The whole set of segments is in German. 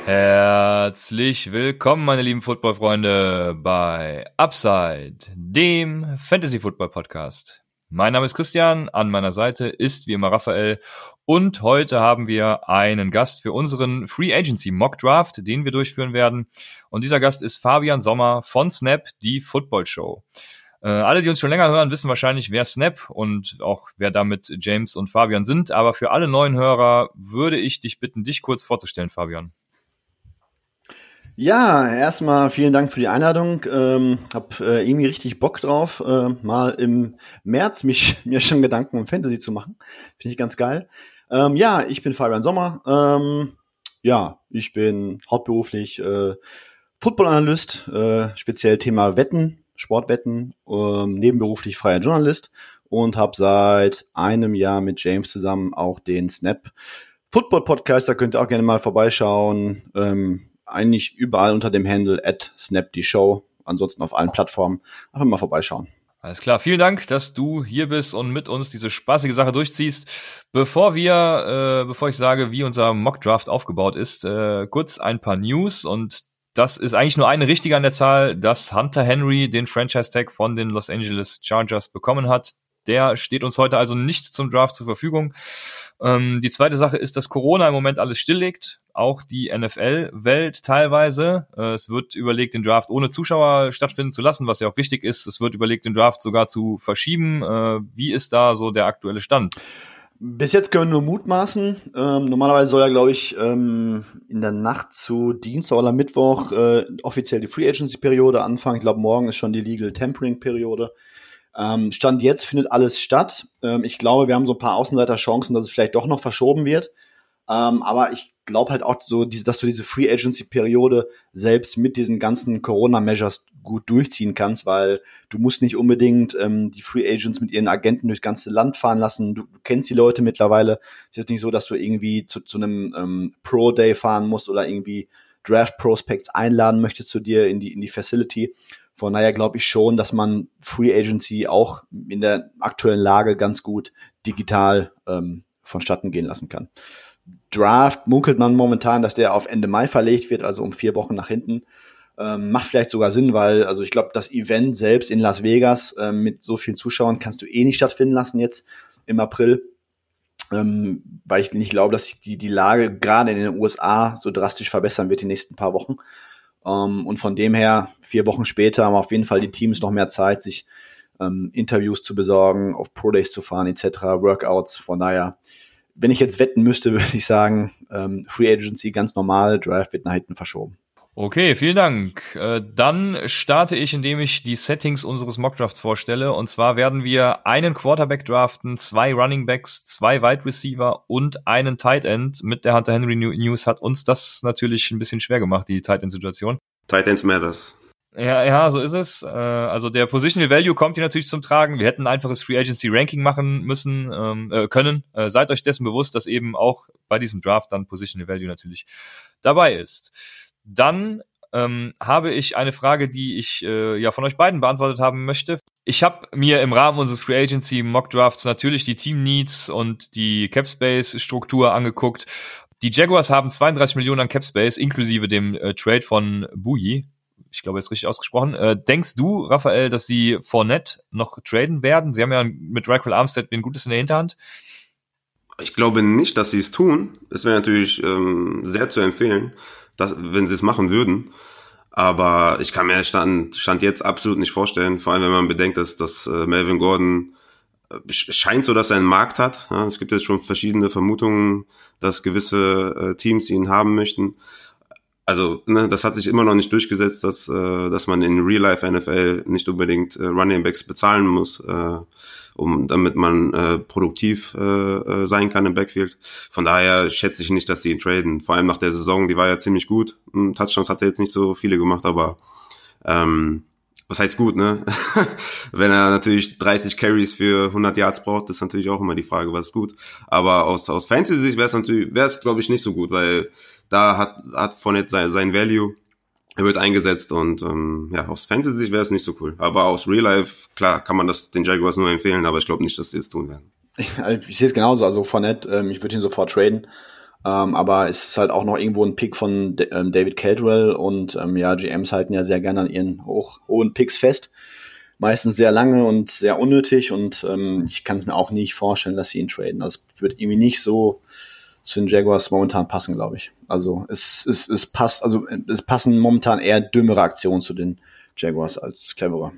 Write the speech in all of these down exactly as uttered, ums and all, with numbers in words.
Herzlich willkommen, meine lieben Football-Freunde, bei Upside, dem Fantasy-Football-Podcast. Mein Name ist Christian, an meiner Seite ist wie immer Raphael und heute haben wir einen Gast für unseren Free Agency Mock Draft, den wir durchführen werden. Und dieser Gast ist Fabian Sommer von Snap, die Football Show. Äh, alle, die uns schon länger hören, wissen wahrscheinlich, wer Snap und auch wer damit James und Fabian sind. Aber für alle neuen Hörer würde ich dich bitten, dich kurz vorzustellen, Fabian. Ja, erstmal vielen Dank für die Einladung. Ähm, hab äh, irgendwie richtig Bock drauf, äh, mal im März mich mir schon Gedanken um Fantasy zu machen. Finde ich ganz geil. Ähm, ja, ich bin Fabian Sommer. Ähm, ja, ich bin hauptberuflich äh, Football-Analyst, äh, speziell Thema Wetten, Sportwetten, ähm, nebenberuflich freier Journalist und habe seit einem Jahr mit James zusammen auch den Snap Football Podcast. Da könnt ihr auch gerne mal vorbeischauen. Ähm, Eigentlich überall unter dem Handle at Snap die Show. Ansonsten auf allen Plattformen. Einfach mal vorbeischauen. Alles klar, vielen Dank, dass du hier bist und mit uns diese spaßige Sache durchziehst. Bevor wir, äh, bevor ich sage, wie unser Mockdraft aufgebaut ist, äh, kurz ein paar News. Und das ist eigentlich nur eine richtige an der Zahl, dass Hunter Henry den Franchise-Tag von den Los Angeles Chargers bekommen hat. Der steht uns heute also nicht zum Draft zur Verfügung. Ähm, die zweite Sache ist, dass Corona im Moment alles stilllegt, auch die N F L-Welt teilweise. Äh, es wird überlegt, den Draft ohne Zuschauer stattfinden zu lassen, was ja auch richtig ist. Es wird überlegt, den Draft sogar zu verschieben. Äh, wie ist da so der aktuelle Stand? Bis jetzt können wir nur mutmaßen. Ähm, normalerweise soll ja, glaube ich, ähm, in der Nacht zu Dienstag oder Mittwoch äh, offiziell die Free Agency-Periode anfangen. Ich glaube, morgen ist schon die Legal Tampering-Periode. Ähm, Stand jetzt findet alles statt. Ähm, ich glaube, wir haben so ein paar Außenseiter-Chancen, dass es vielleicht doch noch verschoben wird. Ähm, aber ich glaube halt auch so, dass du diese Free Agency-Periode selbst mit diesen ganzen Corona-Measures gut durchziehen kannst, weil du musst nicht unbedingt ähm, die Free Agents mit ihren Agenten durchs ganze Land fahren lassen. Du, du kennst die Leute mittlerweile. Es ist jetzt nicht so, dass du irgendwie zu, zu einem ähm, Pro-Day fahren musst oder irgendwie Draft-Prospects einladen möchtest zu dir in die, in die Facility. Von daher glaube ich schon, dass man Free Agency auch in der aktuellen Lage ganz gut digital ähm, vonstatten gehen lassen kann. Draft munkelt man momentan, dass der auf Ende Mai verlegt wird, also um vier Wochen nach hinten. Ähm, macht vielleicht sogar Sinn, weil also ich glaube, das Event selbst in Las Vegas ähm, mit so vielen Zuschauern kannst du eh nicht stattfinden lassen jetzt im April. Ähm, weil ich nicht glaube, dass sich die, die Lage gerade in den U S A so drastisch verbessern wird die nächsten paar Wochen. Um, und von dem her, vier Wochen später haben auf jeden Fall die Teams noch mehr Zeit, sich ähm, Interviews zu besorgen, auf Pro-Days zu fahren et cetera, Workouts. Von daher, wenn ich jetzt wetten müsste, würde ich sagen, ähm, Free Agency ganz normal, Draft wird nach hinten verschoben. Okay, vielen Dank. Äh, dann starte ich, indem ich die Settings unseres Mockdrafts vorstelle. Und zwar werden wir einen Quarterback draften, zwei Running Backs, zwei Wide Receiver und einen Tight End. Mit der Hunter Henry News hat uns das natürlich ein bisschen schwer gemacht, die Tight End-Situation. Tight Ends matters. Ja, ja, so ist es. Also der Positional Value kommt hier natürlich zum Tragen. Wir hätten ein einfaches Free Agency Ranking machen müssen, äh, können. Äh, seid euch dessen bewusst, dass eben auch bei diesem Draft dann Positional Value natürlich dabei ist. Dann ähm, habe ich eine Frage, die ich äh, ja von euch beiden beantwortet haben möchte. Ich habe mir im Rahmen unseres Free Agency Mock Drafts natürlich die Team Needs und die Cap Space Struktur angeguckt. Die Jaguars haben zweiunddreißig Millionen an Cap Space inklusive dem äh, Trade von Bouye. Ich glaube, er ist richtig ausgesprochen. Äh, denkst du, Raphael, dass sie Fournette noch traden werden? Sie haben ja mit Raquel Armstead ein Gutes in der Hinterhand. Ich glaube nicht, dass sie es tun. Das wäre natürlich ähm, sehr zu empfehlen, dass, wenn sie es machen würden. Aber ich kann mir Stand, Stand jetzt absolut nicht vorstellen, vor allem wenn man bedenkt, dass, dass äh, Melvin Gordon äh, scheint so, dass er einen Markt hat. Ja, es gibt jetzt schon verschiedene Vermutungen, dass gewisse äh, Teams ihn haben möchten. Also ne, das hat sich immer noch nicht durchgesetzt, dass, äh, dass man in Real-Life-N F L nicht unbedingt äh, Running Backs bezahlen muss, äh, um damit man äh, produktiv äh, sein kann im Backfield. Von daher schätze ich nicht, dass die ihn traden. Vor allem nach der Saison, die war ja ziemlich gut. Touchdowns hat er jetzt nicht so viele gemacht, aber ähm, was heißt gut, ne? Wenn er natürlich dreißig Carries für hundert Yards braucht, ist natürlich auch immer die Frage, was ist gut. Aber aus aus Fantasy-Sicht wäre es natürlich, wäre es glaube ich nicht so gut, weil da hat hat Fournette sein, sein Value. Er wird eingesetzt und ähm, ja, aus Fantasy wäre es nicht so cool. Aber aus Real Life, klar, kann man das den Jaguars nur empfehlen, aber ich glaube nicht, dass sie es tun werden. Ich, ich sehe es genauso, also Fournette, ähm, ich würde ihn sofort traden. Ähm, aber es ist halt auch noch irgendwo ein Pick von D- ähm, David Caldwell und ähm, ja, G Ms halten ja sehr gerne an ihren hoch, hohen Picks fest. Meistens sehr lange und sehr unnötig und ähm, ich kann es mir auch nicht vorstellen, dass sie ihn traden. Das wird irgendwie nicht so zu den Jaguars momentan passen, glaube ich. Also es, es, es passt, also es passen momentan eher dümmere Aktionen zu den Jaguars als cleverer.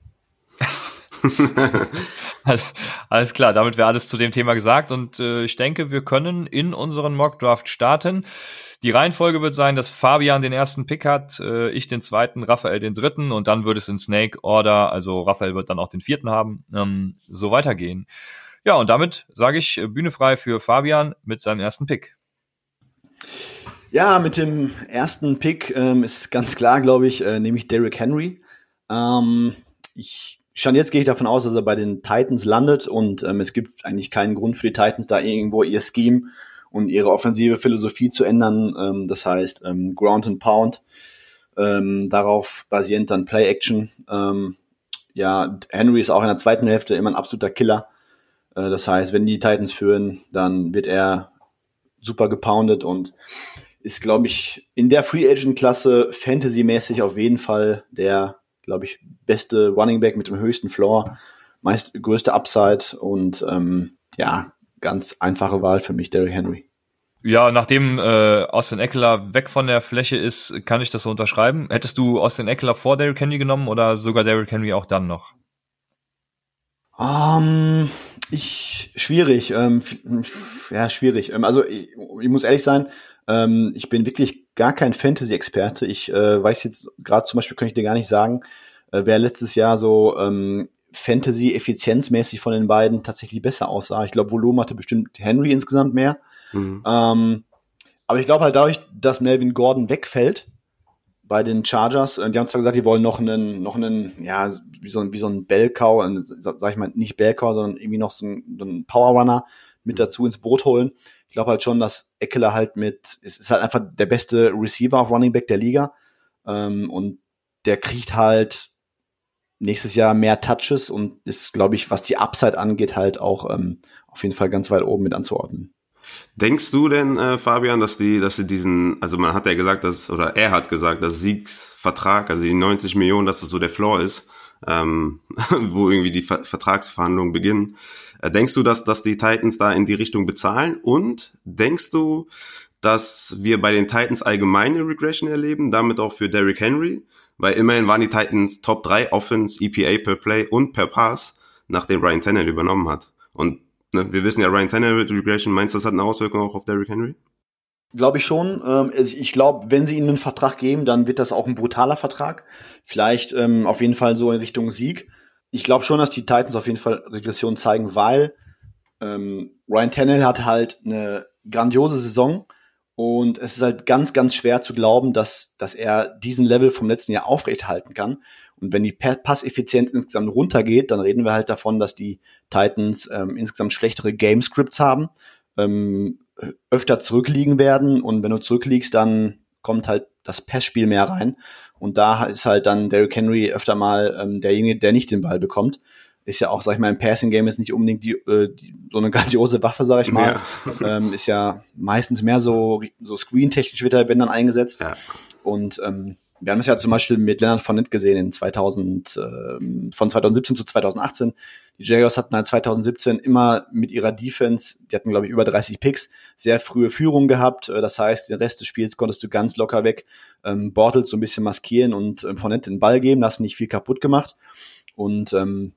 Alles klar, damit wäre alles zu dem Thema gesagt und äh, ich denke, wir können in unseren Mockdraft starten. Die Reihenfolge wird sein, dass Fabian den ersten Pick hat, äh, ich den zweiten, Raphael den dritten und dann wird es in Snake Order, also Raphael wird dann auch den vierten haben, ähm, so weitergehen. Ja, und damit sage ich äh, Bühne frei für Fabian mit seinem ersten Pick. Ja, mit dem ersten Pick ähm, ist ganz klar, glaube ich, äh, nehme ich Derrick Henry. Ähm, ich Stand jetzt gehe ich davon aus, dass er bei den Titans landet und ähm, es gibt eigentlich keinen Grund für die Titans, da irgendwo ihr Scheme und ihre offensive Philosophie zu ändern. Ähm, das heißt, ähm, Ground and Pound, ähm, darauf basierend dann Play Action. Ähm, ja, Henry ist auch in der zweiten Hälfte immer ein absoluter Killer. Äh, das heißt, wenn die Titans führen, dann wird er super gepoundet und ist, glaube ich, in der Free Agent Klasse Fantasy-mäßig auf jeden Fall der, glaube ich, beste Running Back mit dem höchsten Floor, meist größte Upside und ähm, ja, ganz einfache Wahl für mich, Derrick Henry. Ja, nachdem äh, Austin Ekeler weg von der Fläche ist, kann ich das so unterschreiben. Hättest du Austin Ekeler vor Derrick Henry genommen oder sogar Derrick Henry auch dann noch? Um, ich, schwierig, ähm, ja, schwierig. Ähm, also ich, ich muss ehrlich sein, ähm, ich bin wirklich gar kein Fantasy-Experte. Ich äh, weiß jetzt gerade zum Beispiel, kann ich dir gar nicht sagen, äh, wer letztes Jahr so ähm, Fantasy-effizienzmäßig von den beiden tatsächlich besser aussah. Ich glaube, Volumen hatte bestimmt Henry insgesamt mehr. Mhm. Ähm, aber ich glaube halt dadurch, dass Melvin Gordon wegfällt bei den Chargers, äh, die haben zwar gesagt, die wollen noch einen, noch einen, ja, wie so ein, wie so ein Bellcow, äh, sag ich mal, nicht Bellcow, sondern irgendwie noch so einen, einen Power-Runner mit dazu ins Boot holen. Ich glaube halt schon, dass Ekeler halt mit, es ist halt einfach der beste Receiver auf Running Back der Liga, ähm, und der kriegt halt nächstes Jahr mehr Touches und ist, glaube ich, was die Upside angeht, halt auch ähm, auf jeden Fall ganz weit oben mit anzuordnen. Denkst du denn, äh, Fabian, dass die, dass sie diesen, also man hat ja gesagt, dass, oder er hat gesagt, dass Siegs Vertrag, also die neunzig Millionen, dass das so der Floor ist, ähm, wo irgendwie die Ver- Vertragsverhandlungen beginnen. Äh, denkst du, dass, dass die Titans da in die Richtung bezahlen? Und denkst du, dass wir bei den Titans allgemeine Regression erleben, damit auch für Derrick Henry? Weil immerhin waren die Titans Top drei Offense, E P A per Play und per Pass, nachdem Ryan Tannehill übernommen hat. Und ne, wir wissen ja, Ryan Tannehill mit Regression, meinst du, das hat eine Auswirkung auch auf Derrick Henry? Glaube ich schon. Ähm, ich glaube, wenn sie ihnen einen Vertrag geben, dann wird das auch ein brutaler Vertrag. Vielleicht ähm, auf jeden Fall so in Richtung Sieg. Ich glaube schon, dass die Titans auf jeden Fall Regression zeigen, weil ähm, Ryan Tannehill hat halt eine grandiose Saison und es ist halt ganz, ganz schwer zu glauben, dass, dass er diesen Level vom letzten Jahr aufrechthalten kann. Und wenn die Passeffizienz insgesamt runtergeht, dann reden wir halt davon, dass die Titans ähm, insgesamt schlechtere Game-Scripts haben, ähm, öfter zurückliegen werden. Und wenn du zurückliegst, dann kommt halt das Passspiel mehr rein. Und da ist halt dann Derrick Henry öfter mal ähm, derjenige, der nicht den Ball bekommt. Ist ja auch, sag ich mal, im Passing-Game ist nicht unbedingt die, äh, die, so eine grandiose Waffe, sag ich mal. Ja. Ähm, ist ja meistens mehr so, so screen-technisch wird er, wenn dann eingesetzt. Ja. Und ähm, wir haben es ja zum Beispiel mit Leonard Fournette gesehen in zweitausend, äh, von zweitausendsiebzehn zu zweitausendachtzehn. Die Jaguars hatten halt zweitausendsiebzehn immer mit ihrer Defense, die hatten, glaube ich, über dreißig Picks, sehr frühe Führung gehabt. Das heißt, den Rest des Spiels konntest du ganz locker weg ähm, Bortles so ein bisschen maskieren und ähm, Fournette den Ball geben, da hast nicht viel kaputt gemacht. Und ähm,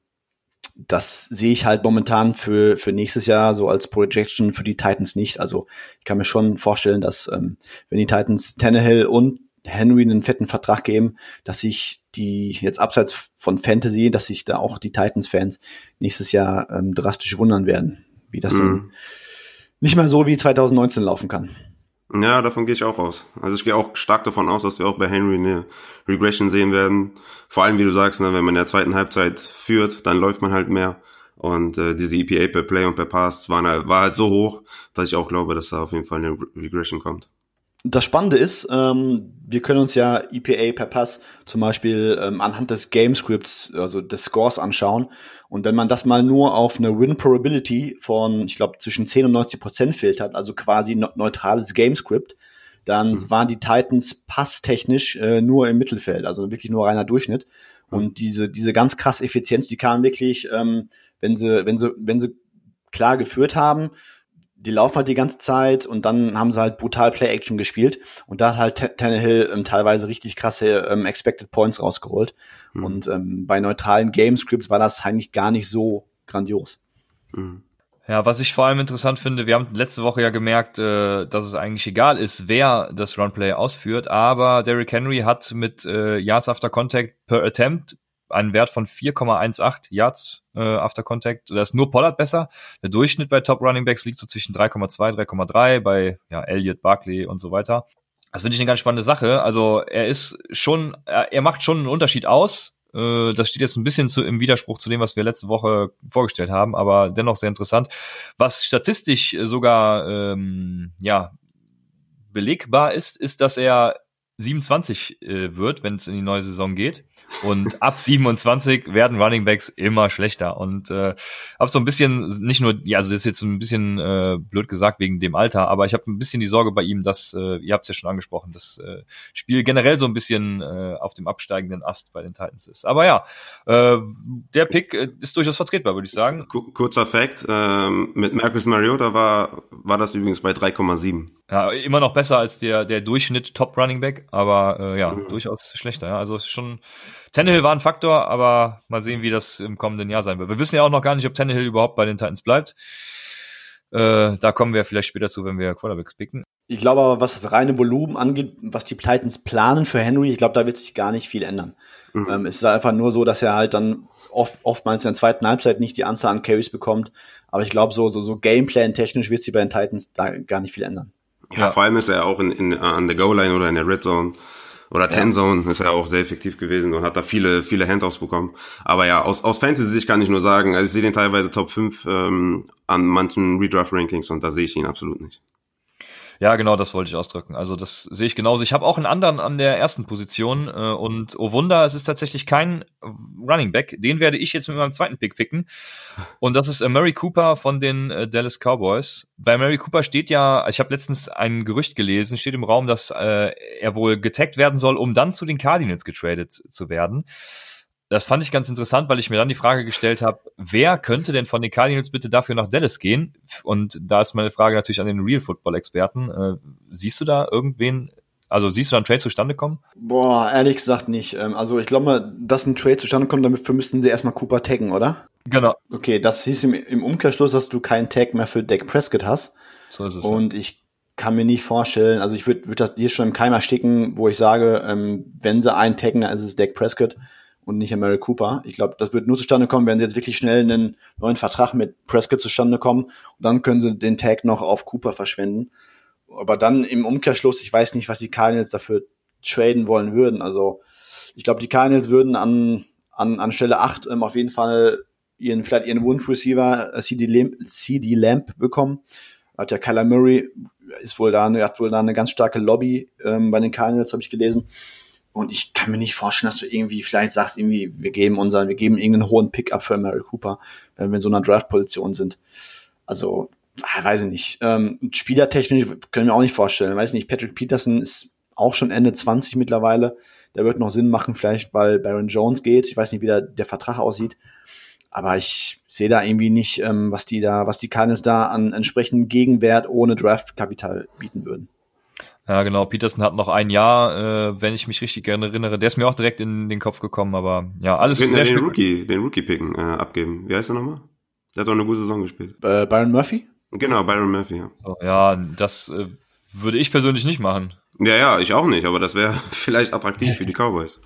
das sehe ich halt momentan für für nächstes Jahr so als Projection für die Titans nicht. Also ich kann mir schon vorstellen, dass ähm, wenn die Titans Tannehill und Henry einen fetten Vertrag geben, dass sich die jetzt abseits von Fantasy, dass sich da auch die Titans-Fans nächstes Jahr ähm, drastisch wundern werden, wie das mhm. dann nicht mehr so wie zweitausendneunzehn laufen kann. Ja, davon gehe ich auch aus. Also ich gehe auch stark davon aus, dass wir auch bei Henry eine Regression sehen werden. Vor allem, wie du sagst, ne, wenn man in der zweiten Halbzeit führt, dann läuft man halt mehr. Und äh, diese E P A per Play und per Pass waren halt, war halt so hoch, dass ich auch glaube, dass da auf jeden Fall eine Regression kommt. Das Spannende ist, ähm, wir können uns ja E P A per Pass zum Beispiel ähm, anhand des Game-Scripts, also des Scores anschauen. Und wenn man das mal nur auf eine Win-Probability von, ich glaube, zwischen zehn und neunzig Prozent filtert, also quasi ne- neutrales Game-Script, dann mhm. waren die Titans passtechnisch äh, nur im Mittelfeld, also wirklich nur reiner Durchschnitt. Mhm. Und diese diese ganz krasse Effizienz, die kam wirklich, ähm, wenn sie wenn sie wenn sie klar geführt haben, die laufen halt die ganze Zeit und dann haben sie halt brutal Play-Action gespielt und da hat halt T- Tannehill ähm, teilweise richtig krasse ähm, Expected Points rausgeholt. Mhm. Und ähm, bei neutralen Game-Scripts war das eigentlich gar nicht so grandios. Mhm. Ja, was ich vor allem interessant finde, wir haben letzte Woche ja gemerkt, äh, dass es eigentlich egal ist, wer das Runplay ausführt, aber Derrick Henry hat mit äh, Yards after Contact per Attempt einen Wert von vier Komma achtzehn Yards äh, after Contact. Da ist nur Pollard besser. Der Durchschnitt bei Top Running Backs liegt so zwischen drei Komma zwei, drei Komma drei bei ja, Elliott, Barkley und so weiter. Das finde ich eine ganz spannende Sache. Also er ist schon, er, er macht schon einen Unterschied aus. Äh, das steht jetzt ein bisschen zu, im Widerspruch zu dem, was wir letzte Woche vorgestellt haben, aber dennoch sehr interessant. Was statistisch sogar ähm, ja belegbar ist, ist, dass er siebenundzwanzig äh, wird, wenn es in die neue Saison geht. Und ab siebenundzwanzig werden Running Backs immer schlechter. Und äh, habe so ein bisschen, nicht nur, ja, also das ist jetzt ein bisschen äh, blöd gesagt wegen dem Alter, aber ich habe ein bisschen die Sorge bei ihm, dass, äh, ihr habt es ja schon angesprochen, das äh, Spiel generell so ein bisschen äh, auf dem absteigenden Ast bei den Titans ist. Aber ja, äh, der Pick äh, ist durchaus vertretbar, würde ich sagen. Kurzer Fact, ähm, mit Marcus Mariota war war das übrigens bei drei Komma sieben. Ja, immer noch besser als der der Durchschnitt Top Running Back, aber äh, ja, mhm. durchaus schlechter. Ja. Also schon Tannehill war ein Faktor, aber mal sehen, wie das im kommenden Jahr sein wird. Wir wissen ja auch noch gar nicht, ob Tannehill überhaupt bei den Titans bleibt. Äh, da kommen wir vielleicht später zu, wenn wir Quarterbacks picken. Ich glaube aber, was das reine Volumen angeht, was die Titans planen für Henry, ich glaube, da wird sich gar nicht viel ändern. Mhm. Ähm, es ist einfach nur so, dass er halt dann oft, oftmals in der zweiten Halbzeit nicht die Anzahl an Carries bekommt. Aber ich glaube, so, so, so Gameplan-technisch wird sich bei den Titans da gar nicht viel ändern. Ja, ja, vor allem ist er auch in, in, an der Goal-Line oder in der Red Zone oder Ten Zone ja. ist er auch sehr effektiv gewesen und hat da viele, viele Handoffs bekommen. Aber ja, aus, aus Fantasy-Sicht kann ich nur sagen, also ich sehe den teilweise Top fünf ähm, an manchen Redraft-Rankings und da sehe ich ihn absolut nicht. Ja, genau, das wollte ich ausdrücken. Also das sehe ich genauso. Ich habe auch einen anderen an der ersten Position äh, und oh Wunder, es ist tatsächlich kein Running Back. Den werde ich jetzt mit meinem zweiten Pick picken und das ist äh, Murray Cooper von den äh, Dallas Cowboys. Bei Murray Cooper steht ja, ich habe letztens ein Gerücht gelesen, steht im Raum, dass äh, er wohl getaggt werden soll, um dann zu den Cardinals getradet zu werden. Das fand ich ganz interessant, weil ich mir dann die Frage gestellt habe, wer könnte denn von den Cardinals bitte dafür nach Dallas gehen? Und da ist meine Frage natürlich an den Real-Football-Experten. Äh, siehst du da irgendwen, also siehst du da einen Trade zustande kommen? Boah, ehrlich gesagt nicht. Also ich glaube mal, dass ein Trade zustande kommt, dafür müssten sie erstmal Cooper taggen, oder? Genau. Okay, das hieß im, im Umkehrschluss, dass du keinen Tag mehr für Dak Prescott hast. So ist es. Und ja. ich kann mir nicht vorstellen, also ich würde würd das hier schon im Keim ersticken, wo ich sage, ähm, wenn sie einen taggen, dann ist es Dak Prescott und nicht Murray Cooper. Ich glaube, das wird nur zustande kommen, wenn sie jetzt wirklich schnell einen neuen Vertrag mit Prescott zustande kommen und dann können sie den Tag noch auf Cooper verschwenden. Aber dann im Umkehrschluss, ich weiß nicht, was die Cardinals dafür traden wollen würden. Also ich glaube, die Cardinals würden an an an Stelle acht ähm, auf jeden Fall ihren vielleicht ihren Wunsch-Receiver äh, C D Lamb, C D Lamb bekommen. Hat ja Kyler Murray, ist wohl da, hat wohl da eine ganz starke Lobby ähm, bei den Cardinals, habe ich gelesen. Und ich kann mir nicht vorstellen, dass du irgendwie vielleicht sagst, irgendwie, wir geben unseren, wir geben irgendeinen hohen Pick-up für Murray Cooper, wenn wir in so einer Draft-Position sind. Also, weiß ich nicht. Ähm, spielertechnisch können wir auch nicht vorstellen. Weiß nicht, Patrick Peterson ist auch schon Ende zwanzig mittlerweile. Der wird noch Sinn machen, vielleicht, weil Baron Jones geht. Ich weiß nicht, wie der, der Vertrag aussieht. Aber ich sehe da irgendwie nicht, ähm, was die da, was die Cardinals da an entsprechendem Gegenwert ohne Draft-Kapital bieten würden. Ja, genau. Peterson hat noch ein Jahr, äh, wenn ich mich richtig gerne erinnere. Der ist mir auch direkt in den Kopf gekommen, aber ja, alles wir sehr den Rookie, den Rookie-Picken äh, abgeben. Wie heißt der nochmal? Der hat doch eine gute Saison gespielt. Äh, Byron Murphy? Genau, Byron Murphy, ja. So, ja, das äh, würde ich persönlich nicht machen. Ja, ja, ich auch nicht, aber das wäre vielleicht attraktiv für die Cowboys.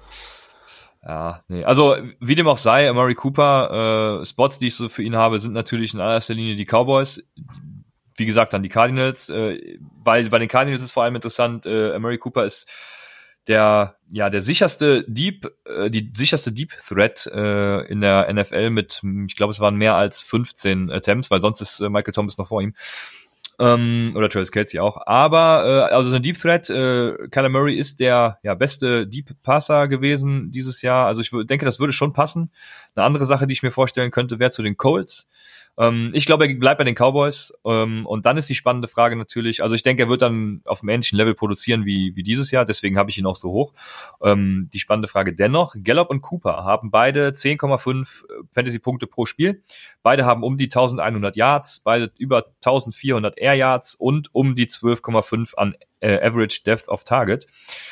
Ja, nee. Also, wie dem auch sei, Murray Cooper, äh, Spots, die ich so für ihn habe, sind natürlich in allererster Linie die Cowboys. Wie gesagt, dann die Cardinals, äh, weil bei den Cardinals ist vor allem interessant, äh, Murray Cooper ist der, ja, der sicherste Deep, äh, die sicherste Deep Threat äh, in der N F L mit, ich glaube, es waren mehr als fünfzehn Attempts, weil sonst ist äh, Michael Thomas noch vor ihm. Ähm, oder Travis Kelce auch. Aber, äh, also so ein Deep Threat, äh, Kyler Murray ist der ja, beste Deep Passer gewesen dieses Jahr. Also ich w- denke, das würde schon passen. Eine andere Sache, die ich mir vorstellen könnte, wäre zu den Colts. Ähm, ich glaube, er bleibt bei den Cowboys. Ähm, und dann ist die spannende Frage natürlich, also ich denke, er wird dann auf einem ähnlichen Level produzieren wie, wie dieses Jahr, deswegen habe ich ihn auch so hoch. Ähm, die spannende Frage dennoch, Gallup und Cooper haben beide zehn Komma fünf Fantasy-Punkte pro Spiel. Beide haben um die elfhundert Yards, beide über vierzehnhundert Air Yards und um die zwölf Komma fünf an äh, Average Depth of Target.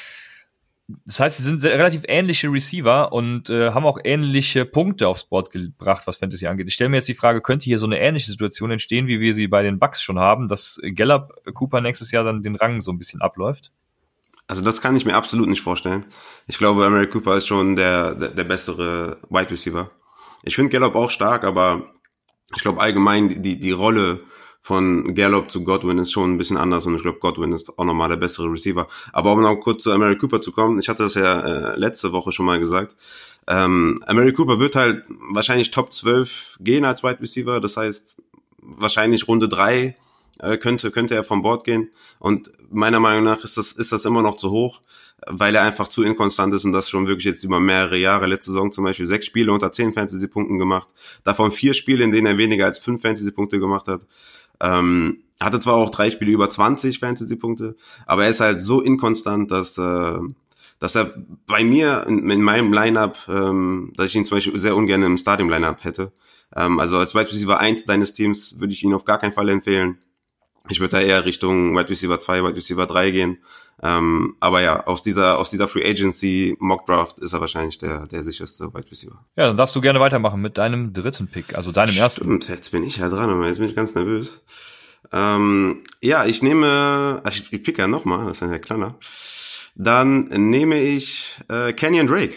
Das heißt, sie sind sehr, relativ ähnliche Receiver und äh, haben auch ähnliche Punkte aufs Board gebracht, was Fantasy angeht. Ich stelle mir jetzt die Frage, könnte hier so eine ähnliche Situation entstehen, wie wir sie bei den Bucks schon haben, dass Gallup Cooper nächstes Jahr dann den Rang so ein bisschen abläuft? Also das kann ich mir absolut nicht vorstellen. Ich glaube, Amari Cooper ist schon der, der, der bessere Wide Receiver. Ich finde Gallup auch stark, aber ich glaube allgemein die, die Rolle von Gallup zu Godwin ist schon ein bisschen anders und ich glaube, Godwin ist auch nochmal der bessere Receiver. Aber um noch kurz zu Amari Cooper zu kommen, ich hatte das ja äh, letzte Woche schon mal gesagt, ähm, Amari Cooper wird halt wahrscheinlich Top zwölf gehen als Wide Receiver, das heißt wahrscheinlich Runde drei äh, könnte könnte er vom Board gehen und meiner Meinung nach ist das ist das immer noch zu hoch, weil er einfach zu inkonstant ist und das schon wirklich jetzt über mehrere Jahre. Letzte Saison zum Beispiel sechs Spiele unter zehn Fantasy-Punkten gemacht, davon vier Spiele, in denen er weniger als fünf Fantasy-Punkte gemacht hat. Ähm, hatte zwar auch drei Spiele über zwanzig Fantasy-Punkte, aber er ist halt so inkonstant, dass äh, dass er bei mir in, in meinem Lineup, ähm, dass ich ihn zum Beispiel sehr ungern im Starting-Lineup hätte. Ähm, also als Wide Receiver eins deines Teams würde ich ihn auf gar keinen Fall empfehlen. Ich würde da eher Richtung Wide Receiver zwei, Wide Receiver drei gehen. Ähm, aber ja, aus dieser aus dieser Free Agency Mock Draft ist er wahrscheinlich der der sicherste Wide Receiver. Ja, dann darfst du gerne weitermachen mit deinem dritten Pick, also deinem ersten. Stimmt, jetzt bin ich ja dran, aber jetzt bin ich ganz nervös. Ähm, ja, ich nehme, ich, ich pick ja nochmal, das ist ja kleiner. Dann nehme ich äh, Kenyon Drake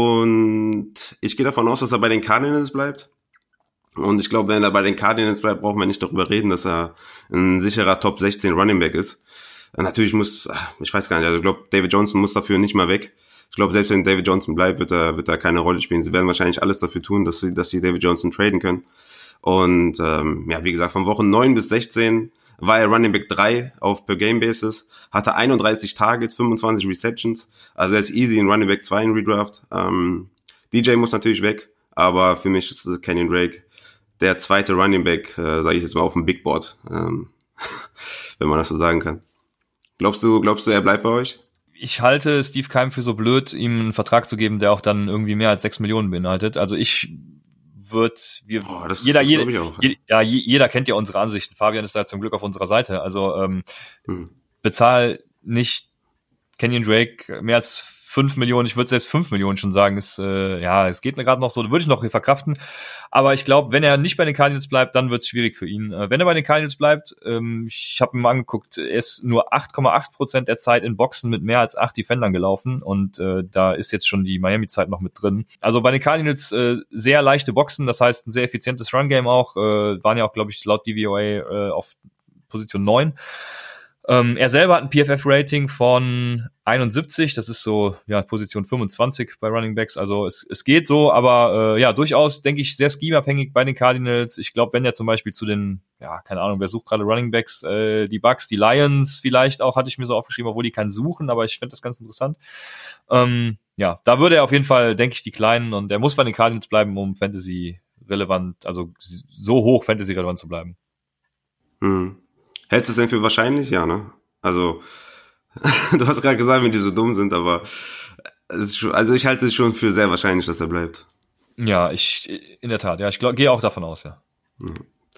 und ich gehe davon aus, dass er bei den Cardinals bleibt. Und ich glaube, wenn er bei den Cardinals bleibt, brauchen wir nicht darüber reden, dass er ein sicherer Top sechzehn Running Back ist. Natürlich muss, ich weiß gar nicht, also ich glaube, David Johnson muss dafür nicht mal weg. Ich glaube, selbst wenn David Johnson bleibt, wird er, wird er keine Rolle spielen. Sie werden wahrscheinlich alles dafür tun, dass sie, dass sie David Johnson traden können. Und ähm, ja, wie gesagt, von Wochen neun bis sechzehn war er Running Back drei auf Per-Game-Basis, hatte einunddreißig Targets, fünfundzwanzig Receptions. Also er ist easy in Running Back zwei in Redraft. Ähm, D J muss natürlich weg, aber für mich ist Kenyon Drake der zweite Running Back, äh, sage ich jetzt mal, auf dem Big Board, ähm, wenn man das so sagen kann. Glaubst du, glaubst du, er bleibt bei euch? Ich halte Steve Keim für so blöd, ihm einen Vertrag zu geben, der auch dann irgendwie mehr als sechs Millionen beinhaltet. Also ich wird, wir, oh, das, jeder, das jeder, ich auch, ja. ja, jeder kennt ja unsere Ansichten. Fabian ist da zum Glück auf unserer Seite. Also ähm, hm. bezahl nicht Kenyon Drake mehr als fünf Millionen, ich würde selbst fünf Millionen schon sagen, ist, äh, ja, es geht mir gerade noch so, würde ich noch verkraften, aber ich glaube, wenn er nicht bei den Cardinals bleibt, dann wird es schwierig für ihn. Äh, wenn er bei den Cardinals bleibt, ähm, ich habe ihn mal angeguckt, er ist nur acht Komma acht Prozent der Zeit in Boxen mit mehr als acht Defendern gelaufen und äh, da ist jetzt schon die Miami-Zeit noch mit drin. Also bei den Cardinals äh, sehr leichte Boxen, das heißt ein sehr effizientes Run-Game auch, äh, waren ja auch, glaube ich, laut D V O A äh, auf Position neun. Ähm, er selber hat ein P F F-Rating von einundsiebzig, das ist so ja Position fünfundzwanzig bei Running Backs, also es, es geht so, aber äh, ja, durchaus, denke ich, sehr scheme-abhängig bei den Cardinals. Ich glaube, wenn er zum Beispiel zu den, ja, keine Ahnung, wer sucht gerade Running Backs, äh, die Bucks, die Lions vielleicht auch, hatte ich mir so aufgeschrieben, obwohl die keinen suchen, aber ich finde das ganz interessant. Ähm, ja, da würde er auf jeden Fall, denke ich, die Kleinen, und er muss bei den Cardinals bleiben, um Fantasy-relevant, also so hoch Fantasy-relevant zu bleiben. Hm. Hältst du es denn für wahrscheinlich? Ja, ne? Also, du hast gerade gesagt, wenn die so dumm sind, aber es ist schon, also ich halte es schon für sehr wahrscheinlich, dass er bleibt. Ja, ich, in der Tat, ja, ich gehe auch davon aus, ja. Mhm.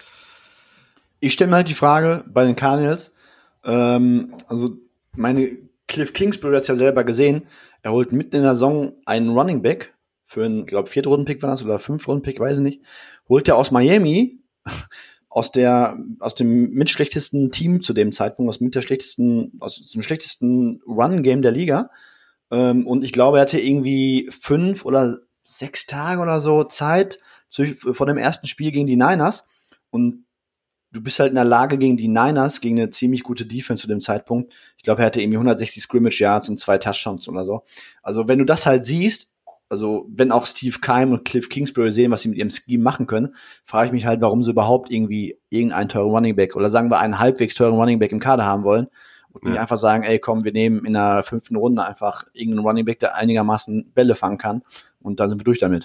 Ich stelle mir halt die Frage bei den Cardinals, ähm, also meine Cliff Kingsbury hat es ja selber gesehen, er holt mitten in der Saison einen Running Back für einen, glaube vierten Runden-Pick war das oder fünften Runden-Pick, weiß ich nicht, holt er aus Miami, aus der, aus dem mitschlechtesten Team zu dem Zeitpunkt, aus mit der schlechtesten, aus dem schlechtesten Run-Game der Liga. Ähm, und ich glaube, er hatte irgendwie fünf oder sechs Tage oder so Zeit zu, vor dem ersten Spiel gegen die Niners. Und du bist halt in der Lage gegen die Niners, gegen eine ziemlich gute Defense zu dem Zeitpunkt. Ich glaube, er hatte irgendwie hundertsechzig Scrimmage Yards und zwei Touchdowns oder so. Also wenn du das halt siehst, Also wenn auch Steve Keim und Cliff Kingsbury sehen, was sie mit ihrem Scheme machen können, frage ich mich halt, warum sie überhaupt irgendwie irgendeinen teuren Running Back oder sagen wir einen halbwegs teuren Running Back im Kader haben wollen und ja. nicht einfach sagen, ey komm, wir nehmen in der fünften Runde einfach irgendeinen Running Back, der einigermaßen Bälle fangen kann und dann sind wir durch damit.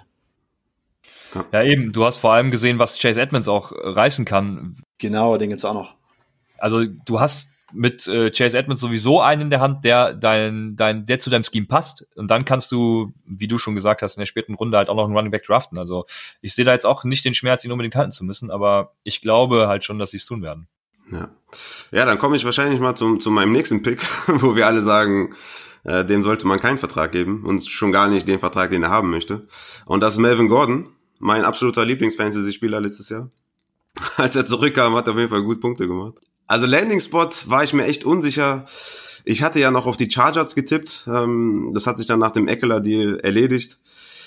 Ja eben, du hast vor allem gesehen, was Chase Edmonds auch reißen kann. Genau, den gibt's auch noch. Also du hast mit äh, Chase Edmonds sowieso einen in der Hand, der dein, dein, der zu deinem Scheme passt. Und dann kannst du, wie du schon gesagt hast, in der späten Runde halt auch noch einen Running Back draften. Also ich sehe da jetzt auch nicht den Schmerz, ihn unbedingt halten zu müssen, aber ich glaube halt schon, dass sie es tun werden. Ja, ja, dann komme ich wahrscheinlich mal zum, zu meinem nächsten Pick, wo wir alle sagen, äh, dem sollte man keinen Vertrag geben und schon gar nicht den Vertrag, den er haben möchte. Und das ist Melvin Gordon, mein absoluter Lieblings-Fantasy-Spieler letztes Jahr. Als er zurückkam, hat er auf jeden Fall gut Punkte gemacht. Also Landing-Spot war ich mir echt unsicher. Ich hatte ja noch auf die Chargers getippt. Ähm, das hat sich dann nach dem Eckler-Deal erledigt.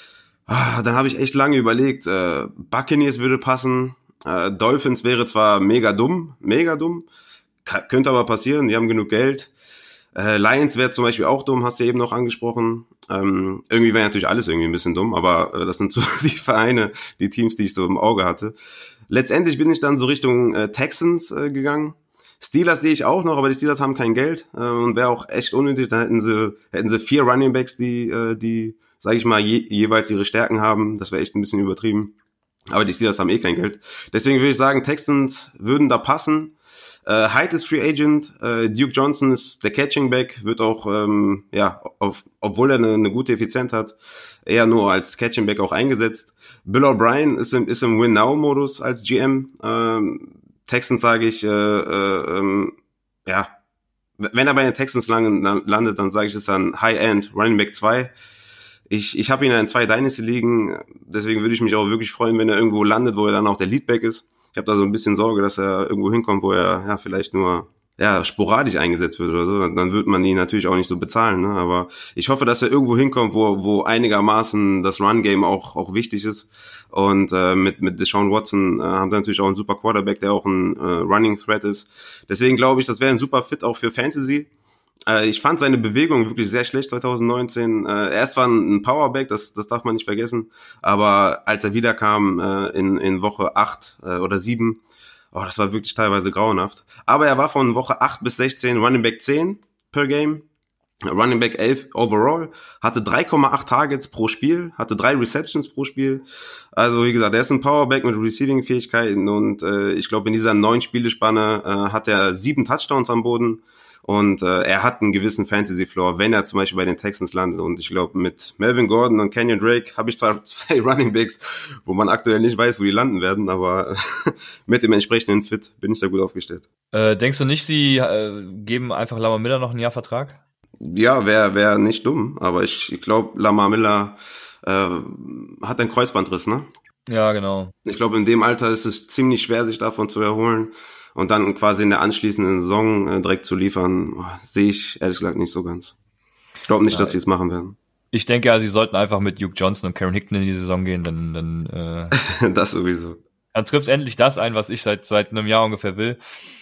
Ah, dann habe ich echt lange überlegt. Äh, Buccaneers würde passen. Äh, Dolphins wäre zwar mega dumm, mega dumm. K- könnte aber passieren, die haben genug Geld. Äh, Lions wäre zum Beispiel auch dumm, hast du ja eben noch angesprochen. Ähm, irgendwie wäre natürlich alles irgendwie ein bisschen dumm, aber äh, das sind so die Vereine, die Teams, die ich so im Auge hatte. Letztendlich bin ich dann so Richtung äh, Texans äh, gegangen. Steelers sehe ich auch noch, aber die Steelers haben kein Geld äh, und wäre auch echt unnötig. Dann hätten sie hätten sie vier Running Backs, die äh, die, sage ich mal, je, jeweils ihre Stärken haben. Das wäre echt ein bisschen übertrieben. Aber die Steelers haben eh kein Geld. Deswegen würde ich sagen, Texans würden da passen. Äh, Hyde ist Free Agent. Äh, Duke Johnson ist der Catching Back, wird auch ähm, ja, auf, obwohl er eine, eine gute Effizienz hat, eher nur als Catching Back auch eingesetzt. Bill O'Brien ist im ist im Win-Now-Modus als G M. Ähm, Texans sage ich, äh, äh, ähm, ja, wenn er bei den Texans lang, landet, dann sage ich, ist er ein High-End Running Back zwei. Ich, ich habe ihn in zwei Dynasty-Ligen, deswegen würde ich mich auch wirklich freuen, wenn er irgendwo landet, wo er dann auch der Leadback ist. Ich habe da so ein bisschen Sorge, dass er irgendwo hinkommt, wo er ja vielleicht nur ja sporadisch eingesetzt wird oder so. Dann, dann wird man ihn natürlich auch nicht so bezahlen, ne? Aber ich hoffe, dass er irgendwo hinkommt, wo wo einigermaßen das Run-Game auch auch wichtig ist. Und äh, mit mit Deshaun Watson äh, haben sie natürlich auch einen super Quarterback, der auch ein äh, Running Threat ist. Deswegen glaube ich, das wäre ein super Fit auch für Fantasy. Äh, ich fand seine Bewegung wirklich sehr schlecht zwanzig neunzehn. Äh, erst war ein Powerback, das das darf man nicht vergessen. Aber als er wiederkam äh, in in Woche acht äh, oder sieben, oh, das war wirklich teilweise grauenhaft. Aber er war von Woche acht bis sechzehn Running Back zehn per Game, Running Back elf overall, hatte drei Komma acht Targets pro Spiel, hatte drei Receptions pro Spiel. Also wie gesagt, er ist ein Powerback mit Receiving-Fähigkeiten und äh, ich glaube, in dieser neun Spielespanne äh, hat er sieben Touchdowns am Boden. Und äh, er hat einen gewissen Fantasy-Floor, wenn er zum Beispiel bei den Texans landet. Und ich glaube, mit Melvin Gordon und Kenyon Drake habe ich zwar zwei Running Backs, wo man aktuell nicht weiß, wo die landen werden, aber mit dem entsprechenden Fit bin ich da gut aufgestellt. Äh, denkst du nicht, sie äh, geben einfach Lamar Miller noch ein Jahr Vertrag? Ja, wäre wär nicht dumm, aber ich, ich glaube, Lamar Miller äh, hat einen Kreuzbandriss, ne? Ja, genau. Ich glaube, in dem Alter ist es ziemlich schwer, sich davon zu erholen. Und dann quasi in der anschließenden Saison äh, direkt zu liefern, oh, sehe ich ehrlich gesagt nicht so ganz. Ich glaube nicht, ja, dass sie es machen werden. Ich denke ja, sie sollten einfach mit Duke Johnson und Karen Hickman in die Saison gehen, dann, dann äh, das sowieso. Dann trifft endlich das ein, was ich seit seit einem Jahr ungefähr will.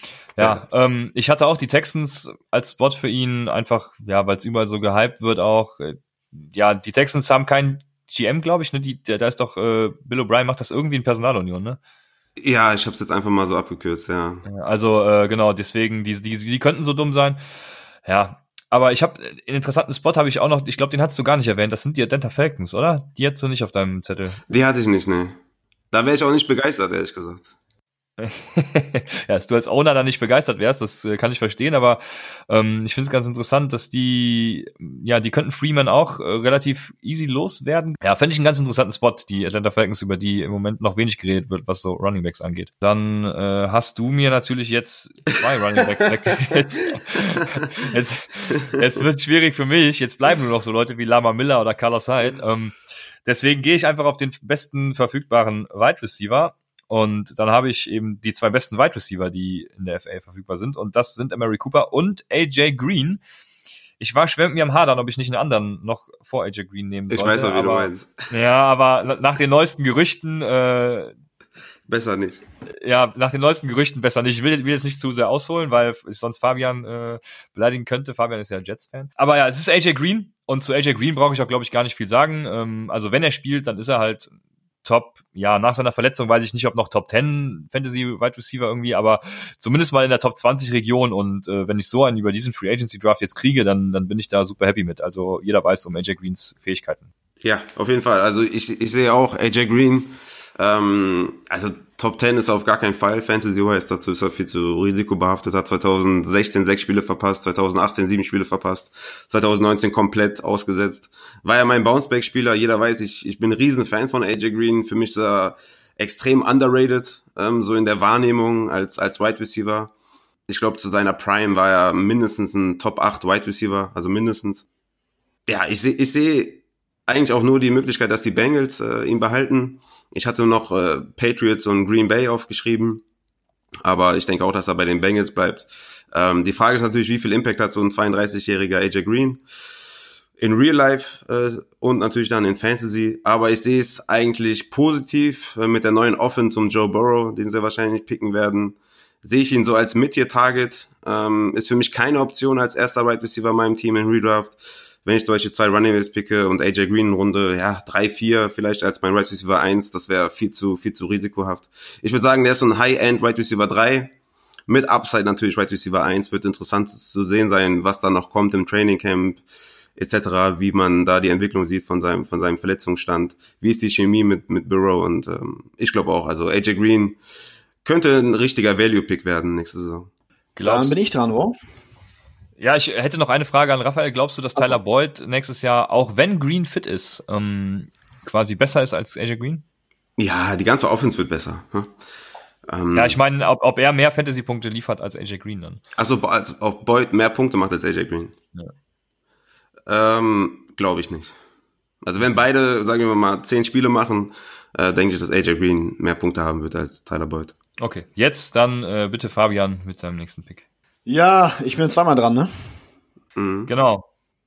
Ja, ja. Ähm, ich hatte auch die Texans als Spot für ihn, einfach, ja, weil es überall so gehypt wird auch. Äh, ja, die Texans haben keinen G M, glaube ich, ne? Die, der, da ist doch, äh, Bill O'Brien macht das irgendwie in Personalunion, ne? Ja, ich habe es jetzt einfach mal so abgekürzt, ja. Also äh, genau, deswegen, die, die, die könnten so dumm sein. Ja, aber ich habe einen interessanten Spot habe ich auch noch, ich glaube, den hast du gar nicht erwähnt, das sind die Atlanta Falcons, oder? Die hättest du nicht auf deinem Zettel. Die hatte ich nicht, ne. Da wäre ich auch nicht begeistert, ehrlich gesagt. Ja, dass du als Owner da nicht begeistert wärst, das äh, kann ich verstehen, aber ähm, ich finde es ganz interessant, dass die, ja, die könnten Freeman auch äh, relativ easy loswerden. Ja, fände ich einen ganz interessanten Spot, die Atlanta Falcons, über die im Moment noch wenig geredet wird, was so Running Backs angeht. Dann äh, hast du mir natürlich jetzt zwei Running Backs weg. Jetzt, jetzt, jetzt wird es schwierig für mich, jetzt bleiben nur noch so Leute wie Lamar Miller oder Carlos Hyde. Ähm, deswegen gehe ich einfach auf den besten verfügbaren Wide Receiver. Und dann habe ich eben die zwei besten Wide Receiver, die in der F A verfügbar sind. Und das sind Amari Cooper und A J Green. Ich war schwer mit mir am Hadern, ob ich nicht einen anderen noch vor A J Green nehmen sollte. Ich weiß auch, wie aber, du meinst. Ja, aber nach den neuesten Gerüchten, äh, Besser nicht. Ja, nach den neuesten Gerüchten besser nicht. Ich will, will jetzt nicht zu sehr ausholen, weil ich sonst Fabian äh, beleidigen könnte. Fabian ist ja Jets-Fan. Aber ja, es ist A J Green und zu A J Green brauche ich auch, glaube ich, gar nicht viel sagen. Ähm, also wenn er spielt, dann ist er halt Top, ja, nach seiner Verletzung weiß ich nicht, ob noch Top zehn Fantasy Wide Receiver irgendwie, aber zumindest mal in der Top zwanzig Region und äh, wenn ich so einen über diesen Free Agency Draft jetzt kriege, dann dann bin ich da super happy mit. Also jeder weiß um A J Greens Fähigkeiten. Ja, auf jeden Fall. Also ich ich sehe auch A J Green, ähm, also Top zehn ist er auf gar keinen Fall. Fantasy-wise, dazu ist er viel zu risikobehaftet. Hat zwanzig sechzehn sechs Spiele verpasst, zwanzig achtzehn sieben Spiele verpasst, zwanzig neunzehn komplett ausgesetzt. War ja mein Bounceback-Spieler. Jeder weiß, ich ich bin ein riesen Fan von A J Green. Für mich ist er extrem underrated, ähm, so in der Wahrnehmung als als Wide Receiver. Ich glaube, zu seiner Prime war er mindestens ein Top acht Wide Receiver, also mindestens. Ja, ich sehe ich sehe eigentlich auch nur die Möglichkeit, dass die Bengals äh, ihn behalten. Ich hatte noch äh, Patriots und Green Bay aufgeschrieben, aber ich denke auch, dass er bei den Bengals bleibt. Ähm, die Frage ist natürlich, wie viel Impact hat so ein zweiunddreißigjähriger A J Green in Real Life äh, und natürlich dann in Fantasy. Aber ich sehe es eigentlich positiv äh, mit der neuen Offense um Joe Burrow, den sie wahrscheinlich picken werden. Sehe ich ihn so als Mid-Tier-Target. Ähm, ist für mich keine Option als erster Wide Receiver in meinem Team in Redraft. Wenn ich zum Beispiel zwei Running Backs picke und A J Green in Runde, ja, drei, vier, vielleicht als mein Wide Receiver eins, das wäre viel zu, viel zu risikohaft. Ich würde sagen, der ist so ein High-End Wide Receiver drei, mit Upside natürlich Wide Receiver eins, wird interessant zu sehen sein, was da noch kommt im Training Camp, et cetera, wie man da die Entwicklung sieht von seinem, von seinem Verletzungsstand, wie ist die Chemie mit, mit Burrow und, ähm, ich glaube auch, also A J Green könnte ein richtiger Value-Pick werden nächste Saison. Glaubst, Dann bin ich dran, wo? Ja, ich hätte noch eine Frage an Raphael. Glaubst du, dass Tyler Boyd nächstes Jahr, auch wenn Green fit ist, ähm, quasi besser ist als A J Green? Ja, die ganze Offense wird besser. Hm? Ähm, ja, ich meine, ob, ob er mehr Fantasy-Punkte liefert als A J Green dann. Also, als ob Boyd mehr Punkte macht als A J Green? Ja. Ähm, glaube ich nicht. Also wenn beide, sagen wir mal, zehn Spiele machen, äh, denke ich, dass A J Green mehr Punkte haben wird als Tyler Boyd. Okay, jetzt dann äh, bitte Fabian mit seinem nächsten Pick. Ja, ich bin zweimal dran, ne? Mhm. Genau.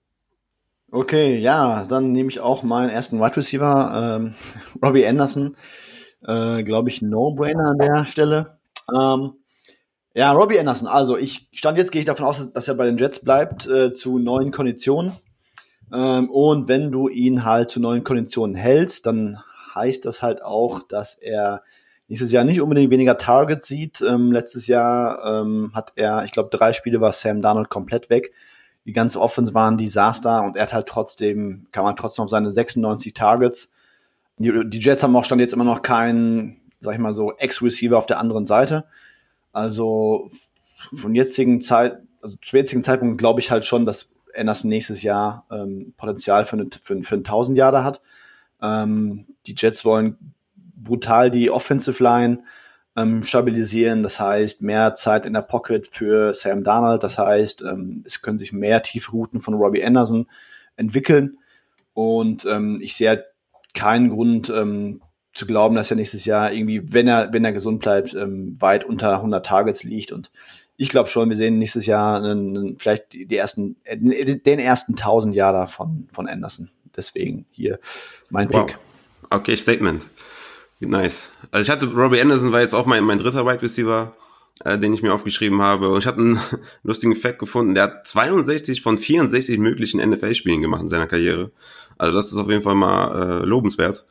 Okay, ja, dann nehme ich auch meinen ersten Wide Receiver, ähm, Robbie Anderson. Äh, glaube ich, No-Brainer an der Stelle. Ähm, ja, Robbie Anderson, also ich stand jetzt, gehe ich davon aus, dass er bei den Jets bleibt, äh, zu neuen Konditionen. Ähm, und wenn du ihn halt zu neuen Konditionen hältst, dann heißt das halt auch, dass er nächstes Jahr nicht unbedingt weniger Targets sieht. Ähm, letztes Jahr ähm, hat er, ich glaube, drei Spiele war Sam Darnold komplett weg. Die ganze Offense war ein Desaster und er hat halt trotzdem, kann man trotzdem auf seine sechsundneunzig Targets. Die, die Jets haben auch stand jetzt immer noch keinen, sag ich mal so, Ex-Receiver auf der anderen Seite. Also von jetzigen Zeit, also zum jetzigen Zeitpunkt glaube ich halt schon, dass Anderson nächstes Jahr ähm, Potenzial für, eine, für, für einen tausend-Jahrer hat. Ähm, die Jets wollen brutal die Offensive Line ähm, stabilisieren. Das heißt, mehr Zeit in der Pocket für Sam Darnold. Das heißt, ähm, es können sich mehr Tiefrouten von Robbie Anderson entwickeln. Und ähm, ich sehe halt keinen Grund ähm, zu glauben, dass er nächstes Jahr irgendwie, wenn er wenn er gesund bleibt, ähm, weit unter hundert Targets liegt. Und ich glaube schon, wir sehen nächstes Jahr einen, einen, vielleicht die ersten, den ersten tausend Jahre von von Anderson. Deswegen hier mein Pick. Wow. Okay, Statement. Nice. Also ich hatte, Robbie Anderson war jetzt auch mein, mein dritter Wide Receiver, äh, den ich mir aufgeschrieben habe. Und ich habe einen lustigen Fact gefunden. Der hat zweiundsechzig von vierundsechzig möglichen N F L-Spielen gemacht in seiner Karriere. Also das ist auf jeden Fall mal äh, lobenswert.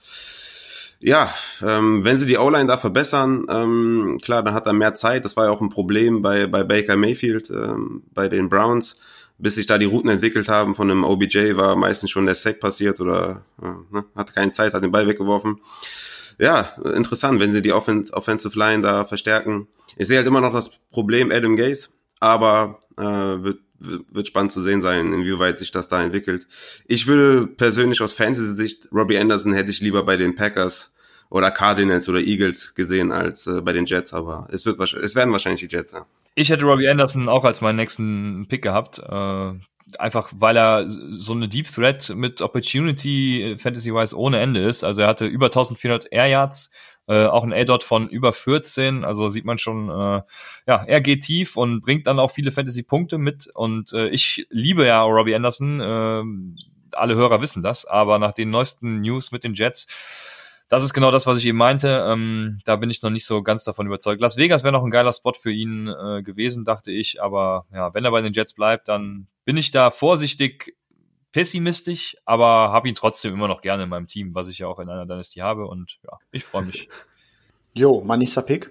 Ja, ähm, wenn sie die O-Line da verbessern, ähm, klar, dann hat er mehr Zeit. Das war ja auch ein Problem bei bei Baker Mayfield, ähm, bei den Browns. Bis sich da die Routen entwickelt haben von einem O B J, war meistens schon der Sack passiert oder äh, ne, hatte keine Zeit, hat den Ball weggeworfen. Ja, interessant, wenn sie die Offen- Offensive Line da verstärken. Ich sehe halt immer noch das Problem Adam Gase, aber äh, wird, wird spannend zu sehen sein, inwieweit sich das da entwickelt. Ich will persönlich aus Fantasy-Sicht, Robbie Anderson hätte ich lieber bei den Packers oder Cardinals oder Eagles gesehen als äh, bei den Jets, aber es wird es werden wahrscheinlich die Jets, ja. Ich hätte Robbie Anderson auch als meinen nächsten Pick gehabt, äh, einfach weil er so eine Deep Threat mit Opportunity Fantasy-wise ohne Ende ist. Also er hatte über eintausendvierhundert Air Yards, äh, auch ein A-Dot von über vierzehn, also sieht man schon, äh, ja, er geht tief und bringt dann auch viele Fantasy-Punkte mit und äh, ich liebe ja Robbie Anderson, äh, alle Hörer wissen das, aber nach den neuesten News mit den Jets das ist genau das, was ich eben meinte. Ähm, da bin ich noch nicht so ganz davon überzeugt. Las Vegas wäre noch ein geiler Spot für ihn äh, gewesen, dachte ich. Aber ja, wenn er bei den Jets bleibt, dann bin ich da vorsichtig pessimistisch, aber habe ihn trotzdem immer noch gerne in meinem Team, was ich ja auch in einer Dynasty habe. Und ja, ich freue mich. Jo, mein nächster Pick.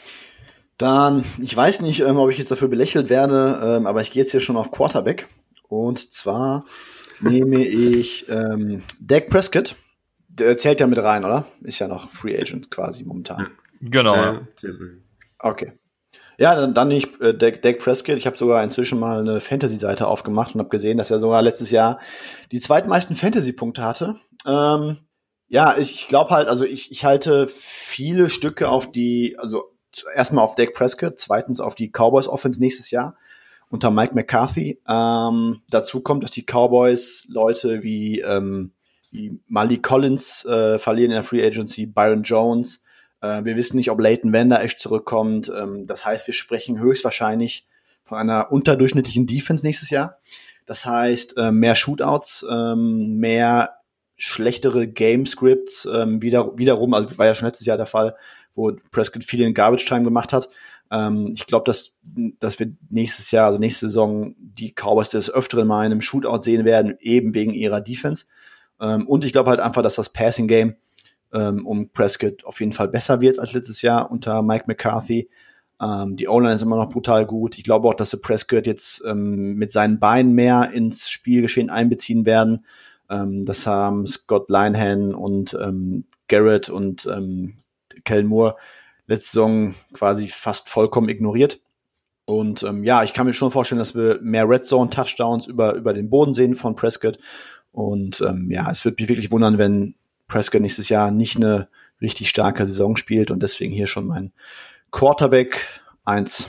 Dann, ich weiß nicht, ähm, ob ich jetzt dafür belächelt werde, ähm, aber ich gehe jetzt hier schon auf Quarterback. Und zwar nehme ich ähm, Dak Prescott. Der zählt ja mit rein, oder? Ist ja noch Free Agent quasi momentan. Genau. Ja. Okay. Ja, dann, dann nicht äh, Dak, Dak Prescott. Ich habe sogar inzwischen mal eine Fantasy-Seite aufgemacht und habe gesehen, dass er sogar letztes Jahr die zweitmeisten Fantasy-Punkte hatte. Ähm, ja, ich glaube halt, also ich, ich halte viele Stücke auf die, also erstmal auf Dak Prescott, zweitens auf die Cowboys Offense nächstes Jahr unter Mike McCarthy. Ähm, dazu kommt, dass die Cowboys Leute wie, ähm, wie Malik Collins äh, verlieren in der Free Agency, Byron Jones. Äh, wir wissen nicht, ob Leighton Vander echt zurückkommt. Ähm, das heißt, wir sprechen höchstwahrscheinlich von einer unterdurchschnittlichen Defense nächstes Jahr. Das heißt, äh, mehr Shootouts, ähm, mehr schlechtere Game-Scripts, ähm, wieder, wiederum, also war ja schon letztes Jahr der Fall, wo Prescott viel in Garbage-Time gemacht hat. Ähm, ich glaube, dass, dass wir nächstes Jahr, also nächste Saison, die Cowboys des Öfteren mal in einem Shootout sehen werden, eben wegen ihrer Defense. Ähm, und ich glaube halt einfach, dass das Passing-Game ähm, um Prescott auf jeden Fall besser wird als letztes Jahr unter Mike McCarthy. Ähm, die O-Line ist immer noch brutal gut. Ich glaube auch, dass sie Prescott jetzt ähm, mit seinen Beinen mehr ins Spielgeschehen einbeziehen werden. Ähm, das haben Scott Linehan und ähm, Garrett und ähm, Kellen Moore letzte Saison quasi fast vollkommen ignoriert. Und ähm, ja, ich kann mir schon vorstellen, dass wir mehr Red Zone Touchdowns über über den Boden sehen von Prescott. Und ähm, ja, es würde mich wirklich wundern, wenn Prescott nächstes Jahr nicht eine richtig starke Saison spielt. Und deswegen hier schon mein Quarterback eins.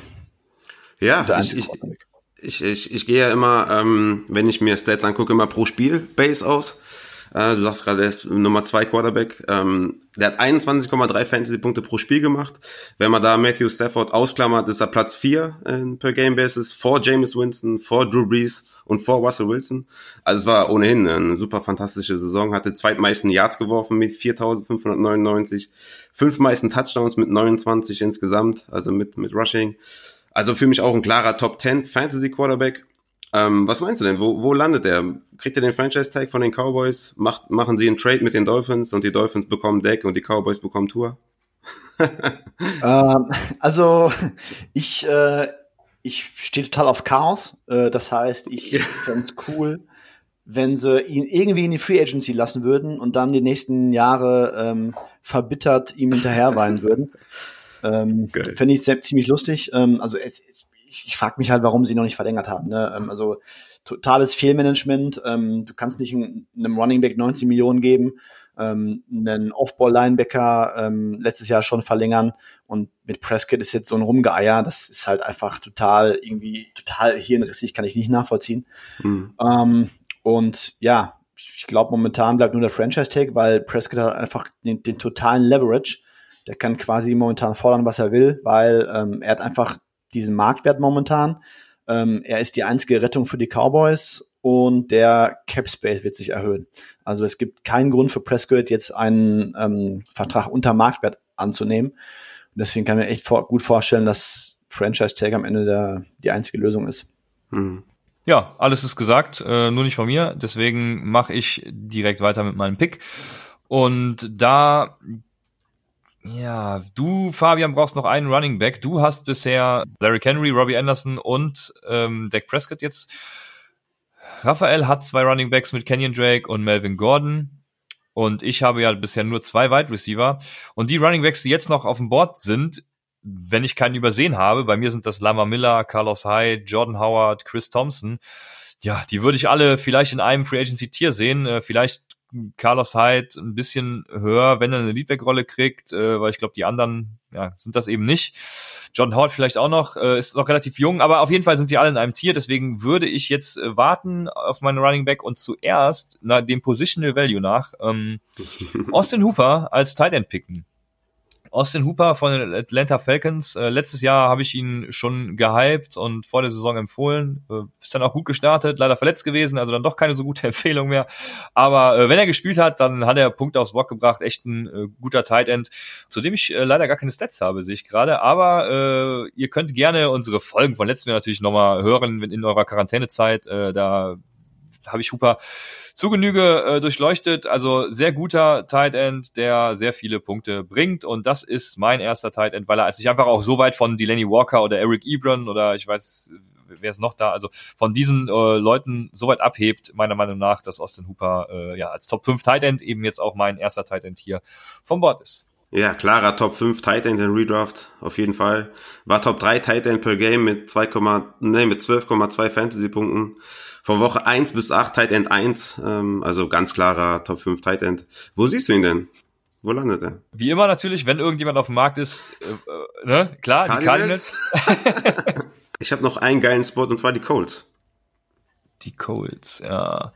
Ja, ich, ich, ich, ich, ich gehe ja immer, ähm, wenn ich mir Stats angucke, immer pro Spiel Base aus. Äh, du sagst gerade, er ist Nummer zwei Quarterback. Ähm, der hat einundzwanzig Komma drei Fantasy-Punkte pro Spiel gemacht. Wenn man da Matthew Stafford ausklammert, ist er Platz vier in per Game Basis, vor Jameis Winston, vor Drew Brees und vor Russell Wilson. Also es war ohnehin eine super fantastische Saison. Hatte zweitmeisten Yards geworfen mit viertausendfünfhundertneunundneunzig, fünftmeisten Touchdowns mit neunundzwanzig insgesamt, also mit mit Rushing. Also für mich auch ein klarer Top zehn Fantasy Quarterback. Ähm, was meinst du denn? Wo, wo landet er? Kriegt er den Franchise-Tag von den Cowboys? Macht, machen sie einen Trade mit den Dolphins und die Dolphins bekommen Dak und die Cowboys bekommen Tour? ähm, also ich äh, ich stehe total auf Chaos. Äh, das heißt, ich fände es cool, wenn sie ihn irgendwie in die Free Agency lassen würden und dann die nächsten Jahre ähm, verbittert ihm hinterherweinen würden. Ähm, Fände ich sehr, ziemlich lustig. Ähm, also es, es, ich, ich frage mich halt, warum sie noch nicht verlängert haben. Ne? Ähm, also totales Fehlmanagement. Ähm, du kannst nicht einem Running Back neunzig Millionen geben, ähm, einen Off-Ball-Linebacker ähm, letztes Jahr schon verlängern und mit Prescott ist jetzt so ein Rumgeeier. Das ist halt einfach total irgendwie total hirnrissig, kann ich nicht nachvollziehen. Mhm. Ähm, und ja, ich glaube, momentan bleibt nur der Franchise-Tag, weil Prescott hat einfach den, den totalen Leverage. Der kann quasi momentan fordern, was er will, weil ähm, er hat einfach diesen Marktwert momentan. Ähm, er ist die einzige Rettung für die Cowboys und der Cap Space wird sich erhöhen. Also es gibt keinen Grund für Prescott, jetzt einen ähm, Vertrag unter Marktwert anzunehmen. Und deswegen kann ich mir echt vor- gut vorstellen, dass Franchise-Tag am Ende der, die einzige Lösung ist. Hm. Ja, alles ist gesagt, äh, nur nicht von mir. Deswegen mache ich direkt weiter mit meinem Pick. Und da... Ja, du, Fabian, brauchst noch einen Running Back. Du hast bisher Larry Henry, Robbie Anderson und ähm, Dak Prescott jetzt. Raphael hat zwei Running Backs mit Kenyon Drake und Melvin Gordon. Und ich habe ja bisher nur zwei Wide Receiver. Und die Running Backs, die jetzt noch auf dem Board sind, wenn ich keinen übersehen habe, bei mir sind das Lamar Miller, Carlos Hyde, Jordan Howard, Chris Thompson. Ja, die würde ich alle vielleicht in einem Free Agency Tier sehen. Äh, vielleicht Carlos Hyde ein bisschen höher, wenn er eine Leadback-Rolle kriegt, äh, weil ich glaube, die anderen ja, sind das eben nicht. Jordan Howard vielleicht auch noch, äh, ist noch relativ jung, aber auf jeden Fall sind sie alle in einem Tier, deswegen würde ich jetzt äh, warten auf meinen Running Back und zuerst nach dem Positional Value nach ähm, Austin Hooper als Tight End picken. Austin Hooper von den Atlanta Falcons. Äh, letztes Jahr habe ich ihn schon gehypt und vor der Saison empfohlen. Äh, ist dann auch gut gestartet, leider verletzt gewesen, also dann doch keine so gute Empfehlung mehr. Aber äh, wenn er gespielt hat, dann hat er Punkte aufs Board gebracht. Echt ein äh, guter Tight End, zu dem ich äh, leider gar keine Stats habe, sehe ich gerade. Aber äh, ihr könnt gerne unsere Folgen von letztem Jahr natürlich nochmal hören, wenn in eurer Quarantänezeit. Äh, da habe ich Hooper zu Genüge äh, durchleuchtet, also sehr guter Tight End, der sehr viele Punkte bringt, und das ist mein erster Tight End, weil er sich einfach auch so weit von Delaney Walker oder Eric Ebron oder ich weiß, wer ist noch da, also von diesen äh, Leuten so weit abhebt, meiner Meinung nach, dass Austin Hooper äh, ja als Top fünf Tight End eben jetzt auch mein erster Tight End hier vom Board ist. Ja, klarer Top fünf Tight End in Redraft, auf jeden Fall. War Top drei Tight End per Game mit zwei, nee, mit zwölf Komma zwei Fantasy-Punkten. Von Woche eins bis acht Tight End eins, ähm, also ganz klarer Top fünf Tight End. Wo siehst du ihn denn? Wo landet er? Wie immer natürlich, wenn irgendjemand auf dem Markt ist, äh, ne, klar, Cardinals? Die Cardinals. Ich habe noch einen geilen Spot, und zwar die Colts. Die Colts, ja.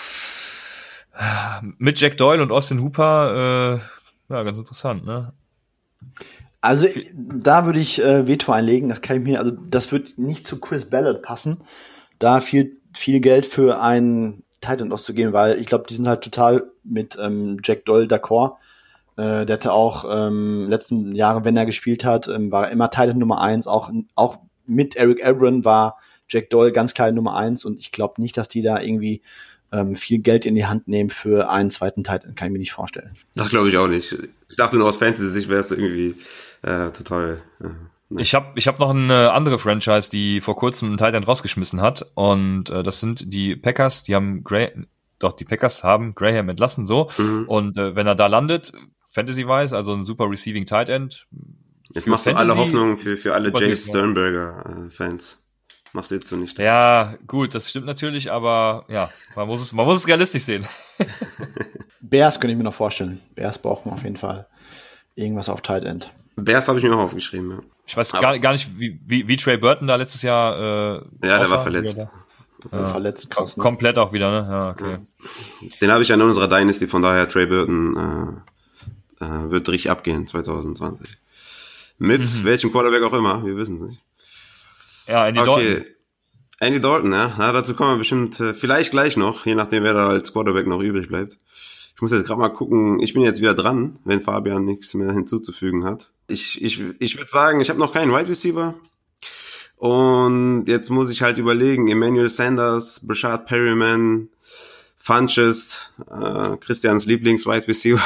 Mit Jack Doyle und Austin Hooper, äh, ja, ganz interessant, ne? Also da würde ich äh, Veto einlegen, das kann ich mir, also das wird nicht zu Chris Ballard passen, da viel viel Geld für einen Tight End auszugeben, weil ich glaube, die sind halt total mit ähm, Jack Doyle d'accord. Äh, der hatte auch ähm, letzten Jahre, wenn er gespielt hat, ähm, war er immer Tight End Nummer eins, auch auch mit Eric Ebron war Jack Doyle ganz klar Nummer eins, und ich glaube nicht, dass die da irgendwie ähm, viel Geld in die Hand nehmen für einen zweiten Tight End, kann ich mir nicht vorstellen. Das glaube ich auch nicht. Ich dachte nur aus Fantasy-Sicht wäre es irgendwie äh, total... Äh. Nee. Ich habe ich hab noch eine andere Franchise, die vor kurzem einen Tight End rausgeschmissen hat, und äh, das sind die Packers. Die haben Gray, doch die Packers haben Graham entlassen, so. Mhm. Und äh, wenn er da landet, Fantasy-wise, also ein super Receiving Tight End. Jetzt machst Fantasy, du alle Hoffnung für für alle Jay Sternberger-Fans. Äh, machst du jetzt so nicht. Ja, gut, das stimmt natürlich, aber ja, man muss es, man muss es realistisch sehen. Bears könnte ich mir noch vorstellen. Bears brauchen auf jeden Fall irgendwas auf Tight End. Bears habe ich mir auch aufgeschrieben, ja. Ich weiß gar, gar nicht, wie, wie, wie Trey Burton da letztes Jahr äh, ja, der war verletzt. Ja, verletzt krass, ne? Komplett auch wieder, ne? Ja, okay. Ja. Den habe ich ja in unserer Dynasty, von daher Trey Burton äh, äh, wird richtig abgehen zwanzig zwanzig. Mit mhm. welchem Quarterback auch immer, wir wissen es nicht. Ja, Andy okay. Dalton. Andy Dalton, ja. ja. Dazu kommen wir bestimmt äh, vielleicht gleich noch, je nachdem, wer da als Quarterback noch übrig bleibt. Ich muss jetzt gerade mal gucken, ich bin jetzt wieder dran, wenn Fabian nichts mehr hinzuzufügen hat. Ich, ich, ich würde sagen, ich habe noch keinen Wide Receiver. Und jetzt muss ich halt überlegen, Emmanuel Sanders, Brashad Perryman, Funches, äh, Christians Lieblings-Wide Receiver.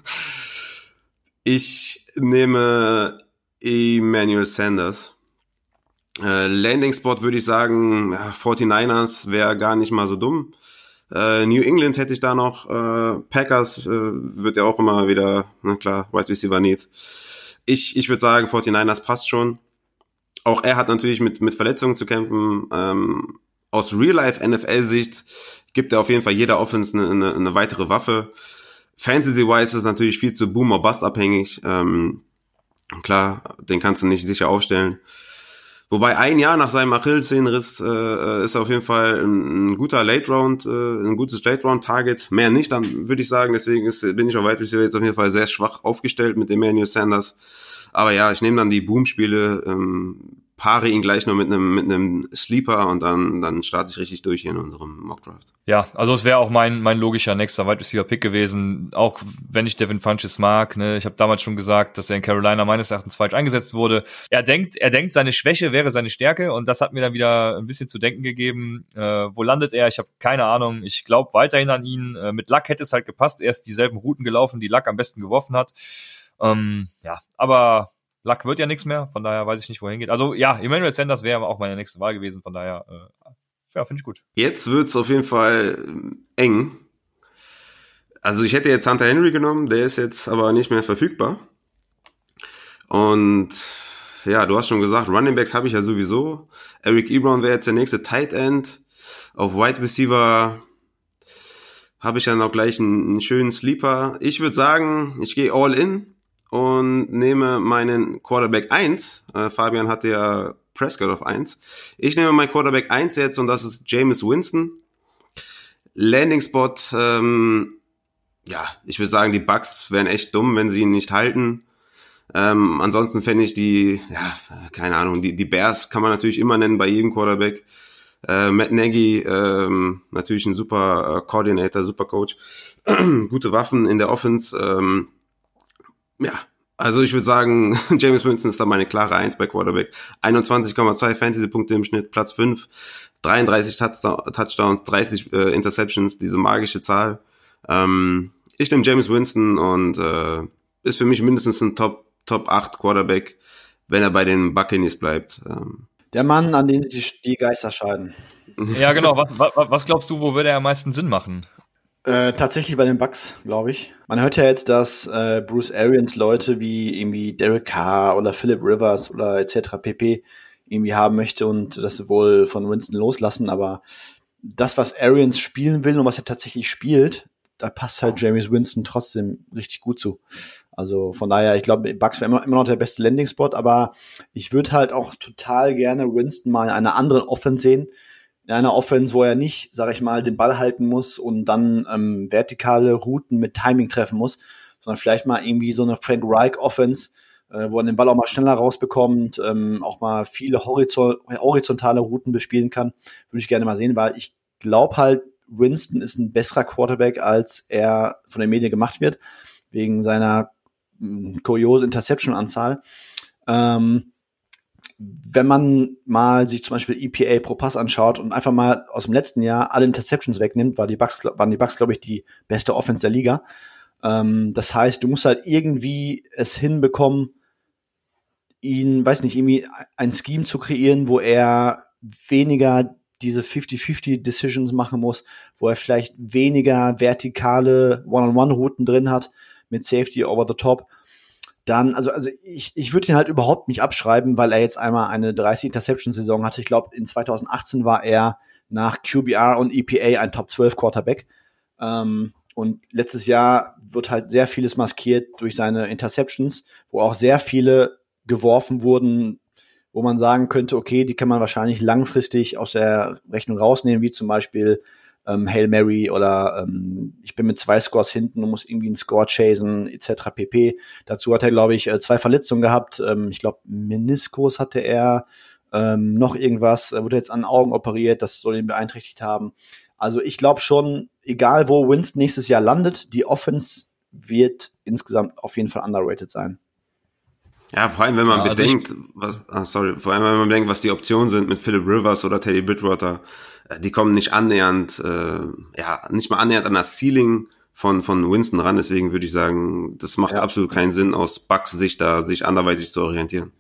Ich nehme Emmanuel Sanders. Äh, Landing-Spot würde ich sagen, ja, forty-niners wäre gar nicht mal so dumm. Uh, New England hätte ich da noch, uh, Packers uh, wird ja auch immer wieder, na klar, Wide Receiver Need. Ich ich würde sagen, forty-niners passt schon. Auch er hat natürlich mit mit Verletzungen zu kämpfen. Ähm, aus Real-Life-N F L-Sicht gibt er auf jeden Fall jeder Offense eine, eine, eine weitere Waffe. Fantasy-wise ist natürlich viel zu Boom- oder Bust-abhängig. Ähm, klar, den kannst du nicht sicher aufstellen. Wobei ein Jahr nach seinem Achillessehnenriss äh, ist er auf jeden Fall ein, ein guter Late Round, äh, ein gutes Late Round Target. Mehr nicht, dann würde ich sagen. Deswegen ist, bin ich auf Wide Receiver jetzt auf jeden Fall sehr schwach aufgestellt mit Emmanuel Sanders. Aber ja, ich nehme dann die Boom-Spiele, ähm, paare ihn gleich nur mit einem mit einem Sleeper, und dann dann starte ich richtig durch hier in unserem Mockdraft. Ja, also es wäre auch mein mein logischer nächster Wide Receiver Pick gewesen, auch wenn ich Devin Funches mag, ne? Ich habe damals schon gesagt, dass er in Carolina meines Erachtens falsch eingesetzt wurde. Er denkt, er denkt, seine Schwäche wäre seine Stärke, und das hat mir dann wieder ein bisschen zu denken gegeben. Äh, wo landet er? Ich habe keine Ahnung. Ich glaube weiterhin an ihn. Äh, mit Luck hätte es halt gepasst. Er ist dieselben Routen gelaufen, die Luck am besten geworfen hat. Ähm, ja, aber Luck wird ja nichts mehr, von daher weiß ich nicht, wohin geht. Also ja, Emmanuel Sanders wäre auch meine nächste Wahl gewesen, von daher, äh, ja, finde ich gut. Jetzt wird's auf jeden Fall eng. Also ich hätte jetzt Hunter Henry genommen, der ist jetzt aber nicht mehr verfügbar. Und ja, du hast schon gesagt, Running Backs habe ich ja sowieso. Eric Ebron wäre jetzt der nächste Tight End. Auf Wide Receiver habe ich ja noch gleich einen, einen schönen Sleeper. Ich würde sagen, ich gehe all in und nehme meinen Quarterback eins. Äh, Fabian hatte ja Prescott auf eins. Ich nehme meinen Quarterback eins jetzt, und das ist Jameis Winston. Landing Spot, ähm, ja, ich würde sagen, die Bucks wären echt dumm, wenn sie ihn nicht halten. Ähm, ansonsten fände ich die, ja, keine Ahnung, die, die Bears kann man natürlich immer nennen bei jedem Quarterback. Äh, Matt Nagy, ähm, natürlich ein super äh, Coordinator, super Coach. Gute Waffen in der Offense. Ähm, ja, also ich würde sagen, Jameis Winston ist da meine klare Eins bei Quarterback. einundzwanzig Komma zwei Fantasy-Punkte im Schnitt, Platz fünf, dreiunddreißig Touchdowns, dreißig äh, Interceptions, diese magische Zahl. Ähm, ich nehme Jameis Winston und äh, ist für mich mindestens ein Top Top acht Quarterback, wenn er bei den Buccaneers bleibt. Ähm. Der Mann, an den sich die Geister scheiden. Ja, genau. Was, was, was glaubst du, wo würde er am meisten Sinn machen? Äh, tatsächlich bei den Bucks, glaube ich. Man hört ja jetzt, dass äh, Bruce Arians Leute wie irgendwie Derek Carr oder Philip Rivers oder et cetera pp. Irgendwie haben möchte und das wohl von Winston loslassen, aber das, was Arians spielen will und was er tatsächlich spielt, da passt halt Jameis Winston trotzdem richtig gut zu. Also von daher, ich glaube, Bucks wäre immer, immer noch der beste Landing-Spot, aber ich würde halt auch total gerne Winston mal in einer anderen Offense sehen. In einer Offense, wo er nicht, sag ich mal, den Ball halten muss und dann ähm, vertikale Routen mit Timing treffen muss, sondern vielleicht mal irgendwie so eine Frank Reich Offense, äh, wo er den Ball auch mal schneller rausbekommt, ähm, auch mal viele horizont- horizontale Routen bespielen kann. Würde ich gerne mal sehen, weil ich glaube halt, Winston ist ein besserer Quarterback, als er von den Medien gemacht wird, wegen seiner kuriose Interception-Anzahl. Ähm, wenn man mal sich zum Beispiel E P A pro Pass anschaut und einfach mal aus dem letzten Jahr alle Interceptions wegnimmt, war die Bucks, waren die Bucks, glaube ich, die beste Offense der Liga. Ähm, das heißt, du musst halt irgendwie es hinbekommen, ihn, weiß nicht, irgendwie ein Scheme zu kreieren, wo er weniger diese fifty-fifty Decisions machen muss, wo er vielleicht weniger vertikale One-on-One-Routen drin hat, mit Safety over the top, dann, also, also ich, ich würde ihn halt überhaupt nicht abschreiben, weil er jetzt einmal eine dreißig Interception-Saison hatte. Ich glaube, in zwanzig achtzehn war er nach Q B R und E P A ein Top zwölf Quarterback. Ähm, und letztes Jahr wird halt sehr vieles maskiert durch seine Interceptions, wo auch sehr viele geworfen wurden, wo man sagen könnte, okay, die kann man wahrscheinlich langfristig aus der Rechnung rausnehmen, wie zum Beispiel Ähm, Hail Mary oder ähm, ich bin mit zwei Scores hinten und muss irgendwie einen Score chasen, et cetera pp. Dazu hat er, glaube ich, zwei Verletzungen gehabt. Ähm, ich glaube, Meniskus hatte er, ähm, noch irgendwas. Er wurde jetzt an den Augen operiert, das soll ihn beeinträchtigt haben. Also ich glaube schon, egal wo Winston nächstes Jahr landet, die Offense wird insgesamt auf jeden Fall underrated sein. Ja, vor allem, wenn man ja, also bedenkt, was, ah, sorry, vor allem, wenn man bedenkt, was die Optionen sind mit Philip Rivers oder Teddy Bridgewater, die kommen nicht annähernd, äh, ja, nicht mal annähernd an das Ceiling von, von Winston ran. Deswegen würde ich sagen, das macht ja absolut keinen Sinn, aus Bucks Sicht da sich anderweitig zu orientieren.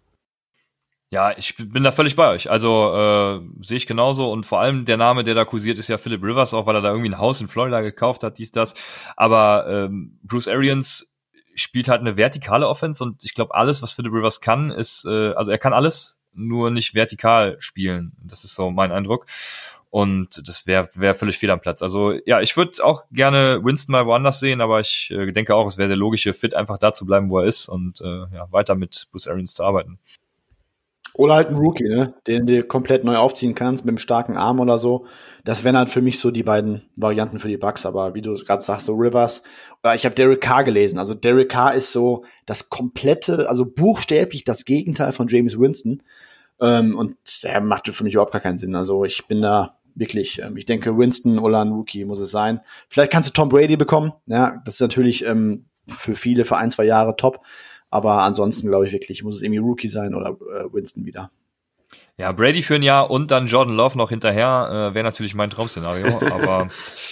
Ja, ich bin da völlig bei euch. Also äh, sehe ich genauso. Und vor allem der Name, der da kursiert, ist ja Philip Rivers, auch weil er da irgendwie ein Haus in Florida gekauft hat, dies, das. Aber ähm, Bruce Arians spielt halt eine vertikale Offense und ich glaube, alles, was Philip Rivers kann, ist, äh, also er kann alles, nur nicht vertikal spielen. Das ist so mein Eindruck. Und das wäre wär völlig fehl am Platz. Also ja, ich würde auch gerne Winston mal woanders sehen, aber ich äh, denke auch, es wäre der logische Fit, einfach da zu bleiben, wo er ist und äh, ja, weiter mit Bruce Arians zu arbeiten. Oder halt ein Rookie, ne, den du komplett neu aufziehen kannst mit einem starken Arm oder so. Das wären halt für mich so die beiden Varianten für die Bucks. Aber wie du gerade sagst, so Rivers. Oder ich habe Derek Carr gelesen. Also Derek Carr ist so das komplette, also buchstäblich das Gegenteil von Jameis Winston. Ähm, und der macht für mich überhaupt gar keinen Sinn. Also ich bin da wirklich, ähm, ich denke, Winston oder ein Rookie muss es sein. Vielleicht kannst du Tom Brady bekommen. Ja, das ist natürlich ähm, für viele für ein, zwei Jahre top. Aber ansonsten glaube ich wirklich, muss es irgendwie Rookie sein oder äh, Winston wieder. Ja, Brady für ein Jahr und dann Jordan Love noch hinterher, äh, wäre natürlich mein Traum-Szenario, aber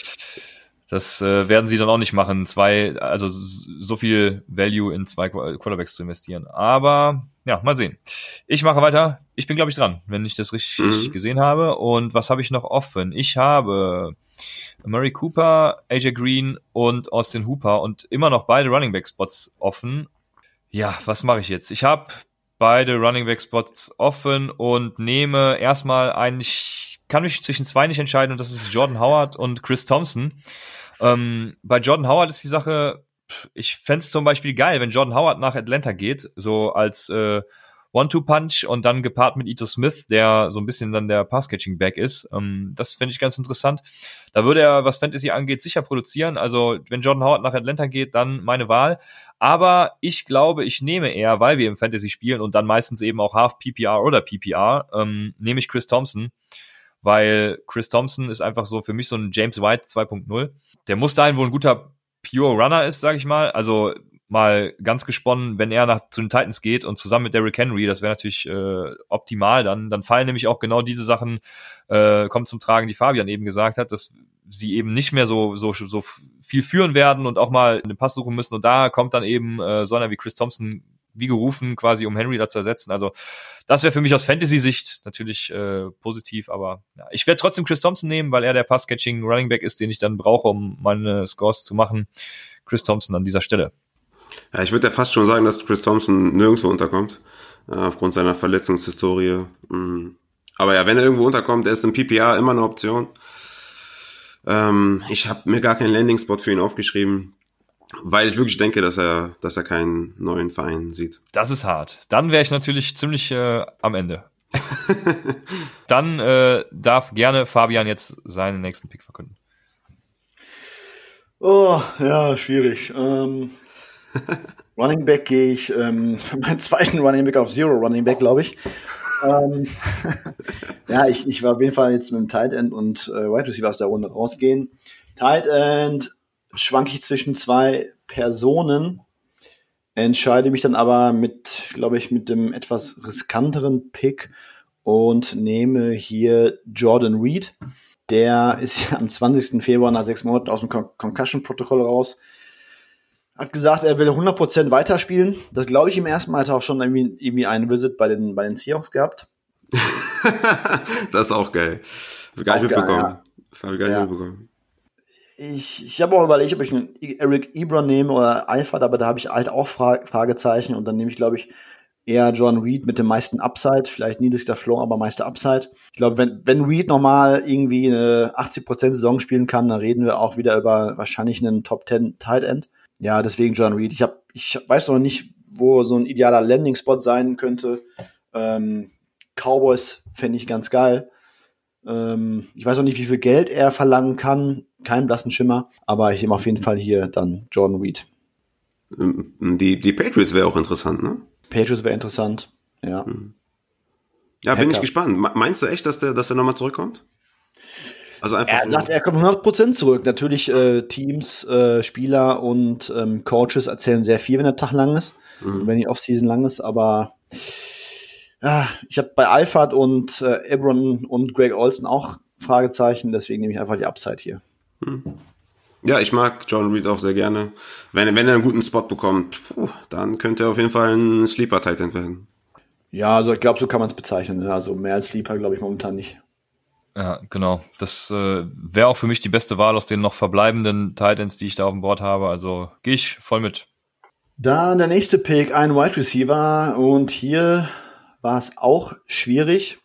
das äh, werden sie dann auch nicht machen, zwei, also so viel Value in zwei Quarterbacks zu investieren. Aber ja, mal sehen. Ich mache weiter. Ich bin, glaube ich, dran, wenn ich das richtig mhm. gesehen habe. Und was habe ich noch offen? Ich habe Amari Cooper, A J Green und Austin Hooper und immer noch beide Running Back Spots offen. Ja, was mache ich jetzt? Ich habe beide Running Back Spots offen und nehme erstmal einen, ich kann mich zwischen zwei nicht entscheiden und das ist Jordan Howard und Chris Thompson. Ähm, bei Jordan Howard ist die Sache, ich fände es zum Beispiel geil, wenn Jordan Howard nach Atlanta geht, so als äh, One-Two-Punch und dann gepaart mit Ito Smith, der so ein bisschen dann der Pass-Catching-Back ist. Ähm, das fände ich ganz interessant. Da würde er, was Fantasy angeht, sicher produzieren. Also wenn Jordan Howard nach Atlanta geht, dann meine Wahl. Aber ich glaube, ich nehme eher, weil wir im Fantasy spielen und dann meistens eben auch Half-P P R oder P P R, ähm, nehme ich Chris Thompson. Weil Chris Thompson ist einfach so für mich so ein James White zwei Punkt null. Der muss dahin, wo ein guter Pure Runner ist, sag ich mal. Also mal ganz gesponnen, wenn er nach zu den Titans geht und zusammen mit Derrick Henry, das wäre natürlich äh, optimal dann. Dann fallen nämlich auch genau diese Sachen, äh, kommen zum Tragen, die Fabian eben gesagt hat, dass sie eben nicht mehr so so so viel führen werden und auch mal einen Pass suchen müssen. Und da kommt dann eben äh, so einer wie Chris Thompson wie gerufen, quasi um Henry da zu ersetzen. Also das wäre für mich aus Fantasy-Sicht natürlich äh, positiv, aber ja, ich werde trotzdem Chris Thompson nehmen, weil er der Pass-Catching Running Back ist, den ich dann brauche, um meine Scores zu machen. Chris Thompson an dieser Stelle. Ja, ich würde ja fast schon sagen, dass Chris Thompson nirgendwo unterkommt, äh, aufgrund seiner Verletzungshistorie. Mm. Aber ja, wenn er irgendwo unterkommt, der ist im P P R immer eine Option. Ähm, ich habe mir gar keinen Landing-Spot für ihn aufgeschrieben, weil ich wirklich denke, dass er, dass er keinen neuen Verein sieht. Das ist hart. Dann wäre ich natürlich ziemlich äh, am Ende. Dann äh, darf gerne Fabian jetzt seinen nächsten Pick verkünden. Oh, ja, schwierig. Ähm, Running Back gehe ich ähm, für meinen zweiten Running Back auf Zero Running Back, glaube ich. ähm, ja, ich, ich war auf jeden Fall jetzt mit dem Tight End und äh, Wide Receiver aus der Runde rausgehen. Tight End schwanke ich zwischen zwei Personen, entscheide mich dann aber mit, glaube ich, mit dem etwas riskanteren Pick und nehme hier Jordan Reed. Der ist ja am zwanzigsten Februar nach sechs Monaten aus dem Con- Concussion-Protokoll raus. Hat gesagt, er will hundert Prozent weiterspielen. Das glaube ich ihm erstmal. Hat auch schon irgendwie, irgendwie einen Visit bei den, bei den Seahawks gehabt. Das ist auch geil. Hab ich gar nicht mitbekommen. Ja. Hab ich gar nicht Ja. mitbekommen. Ich, ich habe auch überlegt, ob ich einen Eric Ebron nehme oder Eifert, aber da habe ich halt auch Fra- Fragezeichen. Und dann nehme ich, glaube ich, eher John Reed mit dem meisten Upside. Vielleicht niedrigster Floor, aber meiste Upside. Ich glaube, wenn, wenn Reed nochmal irgendwie eine achtzig Prozent Saison spielen kann, dann reden wir auch wieder über wahrscheinlich einen Top zehn Tight End. Ja, deswegen John Reed. Ich hab, ich weiß noch nicht, wo so ein idealer Landing-Spot sein könnte. Ähm, Cowboys fände ich ganz geil. Ähm, ich weiß noch nicht, wie viel Geld er verlangen kann. Kein blassen Schimmer. Aber ich nehme auf jeden Fall hier dann Jordan Reed. Die, die Patriots wäre auch interessant, ne? Patriots wäre interessant. Ja. Ja, bin Hacker. ich gespannt. Meinst du echt, dass der, dass der nochmal zurückkommt? Also einfach Er sagt, er kommt hundert Prozent zurück. Natürlich, äh, Teams, äh, Spieler und ähm, Coaches erzählen sehr viel, wenn der Tag lang ist. Mhm. Und wenn die Offseason lang ist. Aber ja, ich habe bei Eifert und äh, Ebron und Greg Olsen auch Fragezeichen. Deswegen nehme ich einfach die Upside hier. Mhm. Ja, ich mag Jordan Reed auch sehr gerne. Wenn, wenn er einen guten Spot bekommt, puh, dann könnte er auf jeden Fall ein Sleeper-Tight End werden. Ja, also ich glaube, so kann man es bezeichnen. Ne? Also mehr als Sleeper glaube ich momentan nicht. Ja, genau. Das äh, wäre auch für mich die beste Wahl aus den noch verbleibenden Tight Ends, die ich da auf dem Board habe. Also gehe ich voll mit. Dann der nächste Pick, ein Wide Receiver. Und hier war es auch schwierig.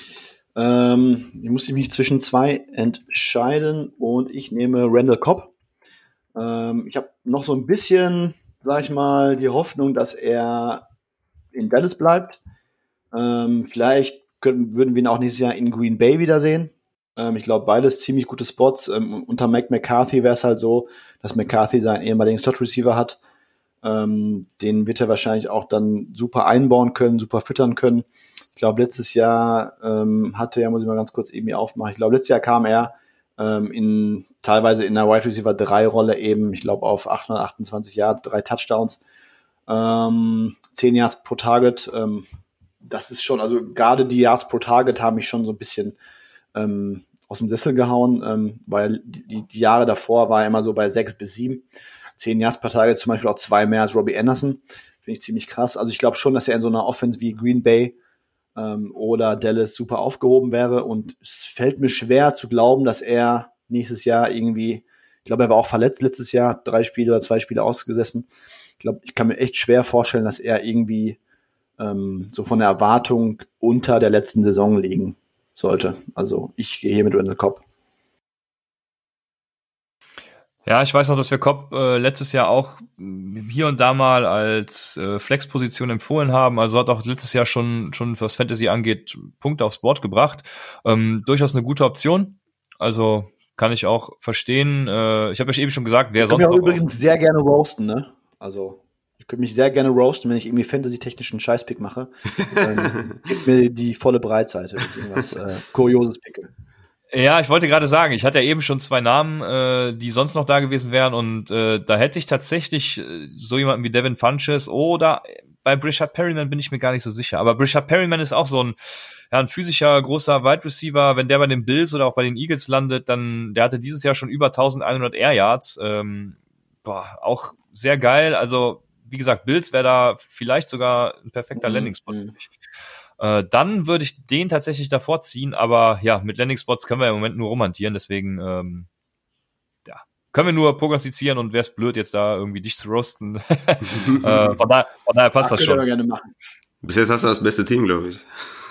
Ähm, ich musste mich zwischen zwei entscheiden und ich nehme Randall Cobb. Ähm, ich habe noch so ein bisschen, sag ich mal, die Hoffnung, dass er in Dallas bleibt. Ähm, vielleicht können, würden wir ihn auch nächstes Jahr in Green Bay wiedersehen. Ähm, ich glaube, beides ziemlich gute Spots. Ähm, unter Mike McCarthy wäre es halt so, dass McCarthy seinen ehemaligen Slot-Receiver hat. Ähm, den wird er wahrscheinlich auch dann super einbauen können, super füttern können. Ich glaube, letztes Jahr ähm, hatte er, muss ich mal ganz kurz eben hier aufmachen, ich glaube, letztes Jahr kam er ähm, in teilweise in der Wide Receiver drei Rolle eben, ich glaube, auf achthundertachtundzwanzig Yards, drei Touchdowns, ähm, zehn Yards pro Target. Ähm, das ist schon, also gerade die Yards pro Target haben mich schon so ein bisschen ähm, aus dem Sessel gehauen, ähm, weil die, die Jahre davor war er immer so bei sechs bis sieben. Zehn Yards per Target, zum Beispiel auch zwei mehr als Robbie Anderson. Finde ich ziemlich krass. Also ich glaube schon, dass er in so einer Offense wie Green Bay ähm, oder Dallas super aufgehoben wäre. Und es fällt mir schwer zu glauben, dass er nächstes Jahr irgendwie, ich glaube, er war auch verletzt letztes Jahr, drei Spiele oder zwei Spiele ausgesessen. Ich glaube, ich kann mir echt schwer vorstellen, dass er irgendwie ähm, so von der Erwartung unter der letzten Saison liegen sollte. Also ich gehe hier mit Randall Cobb. Ja, ich weiß noch, dass wir Cobb äh, letztes Jahr auch, hier und da mal als äh, Flex-Position empfohlen haben. Also hat auch letztes Jahr schon, schon was Fantasy angeht, Punkte aufs Board gebracht. Ähm, durchaus eine gute Option. Also kann ich auch verstehen. Äh, ich habe euch eben schon gesagt, wer ich sonst noch noch übrigens sehr gerne roasten, ne? Also ich könnte mich sehr gerne roasten, wenn ich irgendwie Fantasy-technischen Scheißpick mache. ähm, Gib mir die volle Breitseite, wenn ich irgendwas äh, Kurioses picke. Ja, ich wollte gerade sagen, ich hatte ja eben schon zwei Namen, äh, die sonst noch da gewesen wären und äh, da hätte ich tatsächlich äh, so jemanden wie Devin Funchess oder bei Breshad Perryman bin ich mir gar nicht so sicher. Aber Breshad Perryman ist auch so ein, ja, ein physischer, großer Wide Receiver. Wenn der bei den Bills oder auch bei den Eagles landet, dann, der hatte dieses Jahr schon über elfhundert Air Yards. Ähm, boah, auch sehr geil. Also, wie gesagt, Bills wäre da vielleicht sogar ein perfekter mhm. Landing-Spot für mich. Äh, dann würde ich den tatsächlich davor ziehen, aber ja, mit Landing-Spots können wir im Moment nur romantieren, deswegen ähm, ja, können wir nur prognostizieren und wäre es blöd, jetzt da irgendwie dich zu roasten. äh, von, daher, von daher passt Ach, das schon. Wir gerne machen. Bis jetzt hast du das beste Team, glaube ich.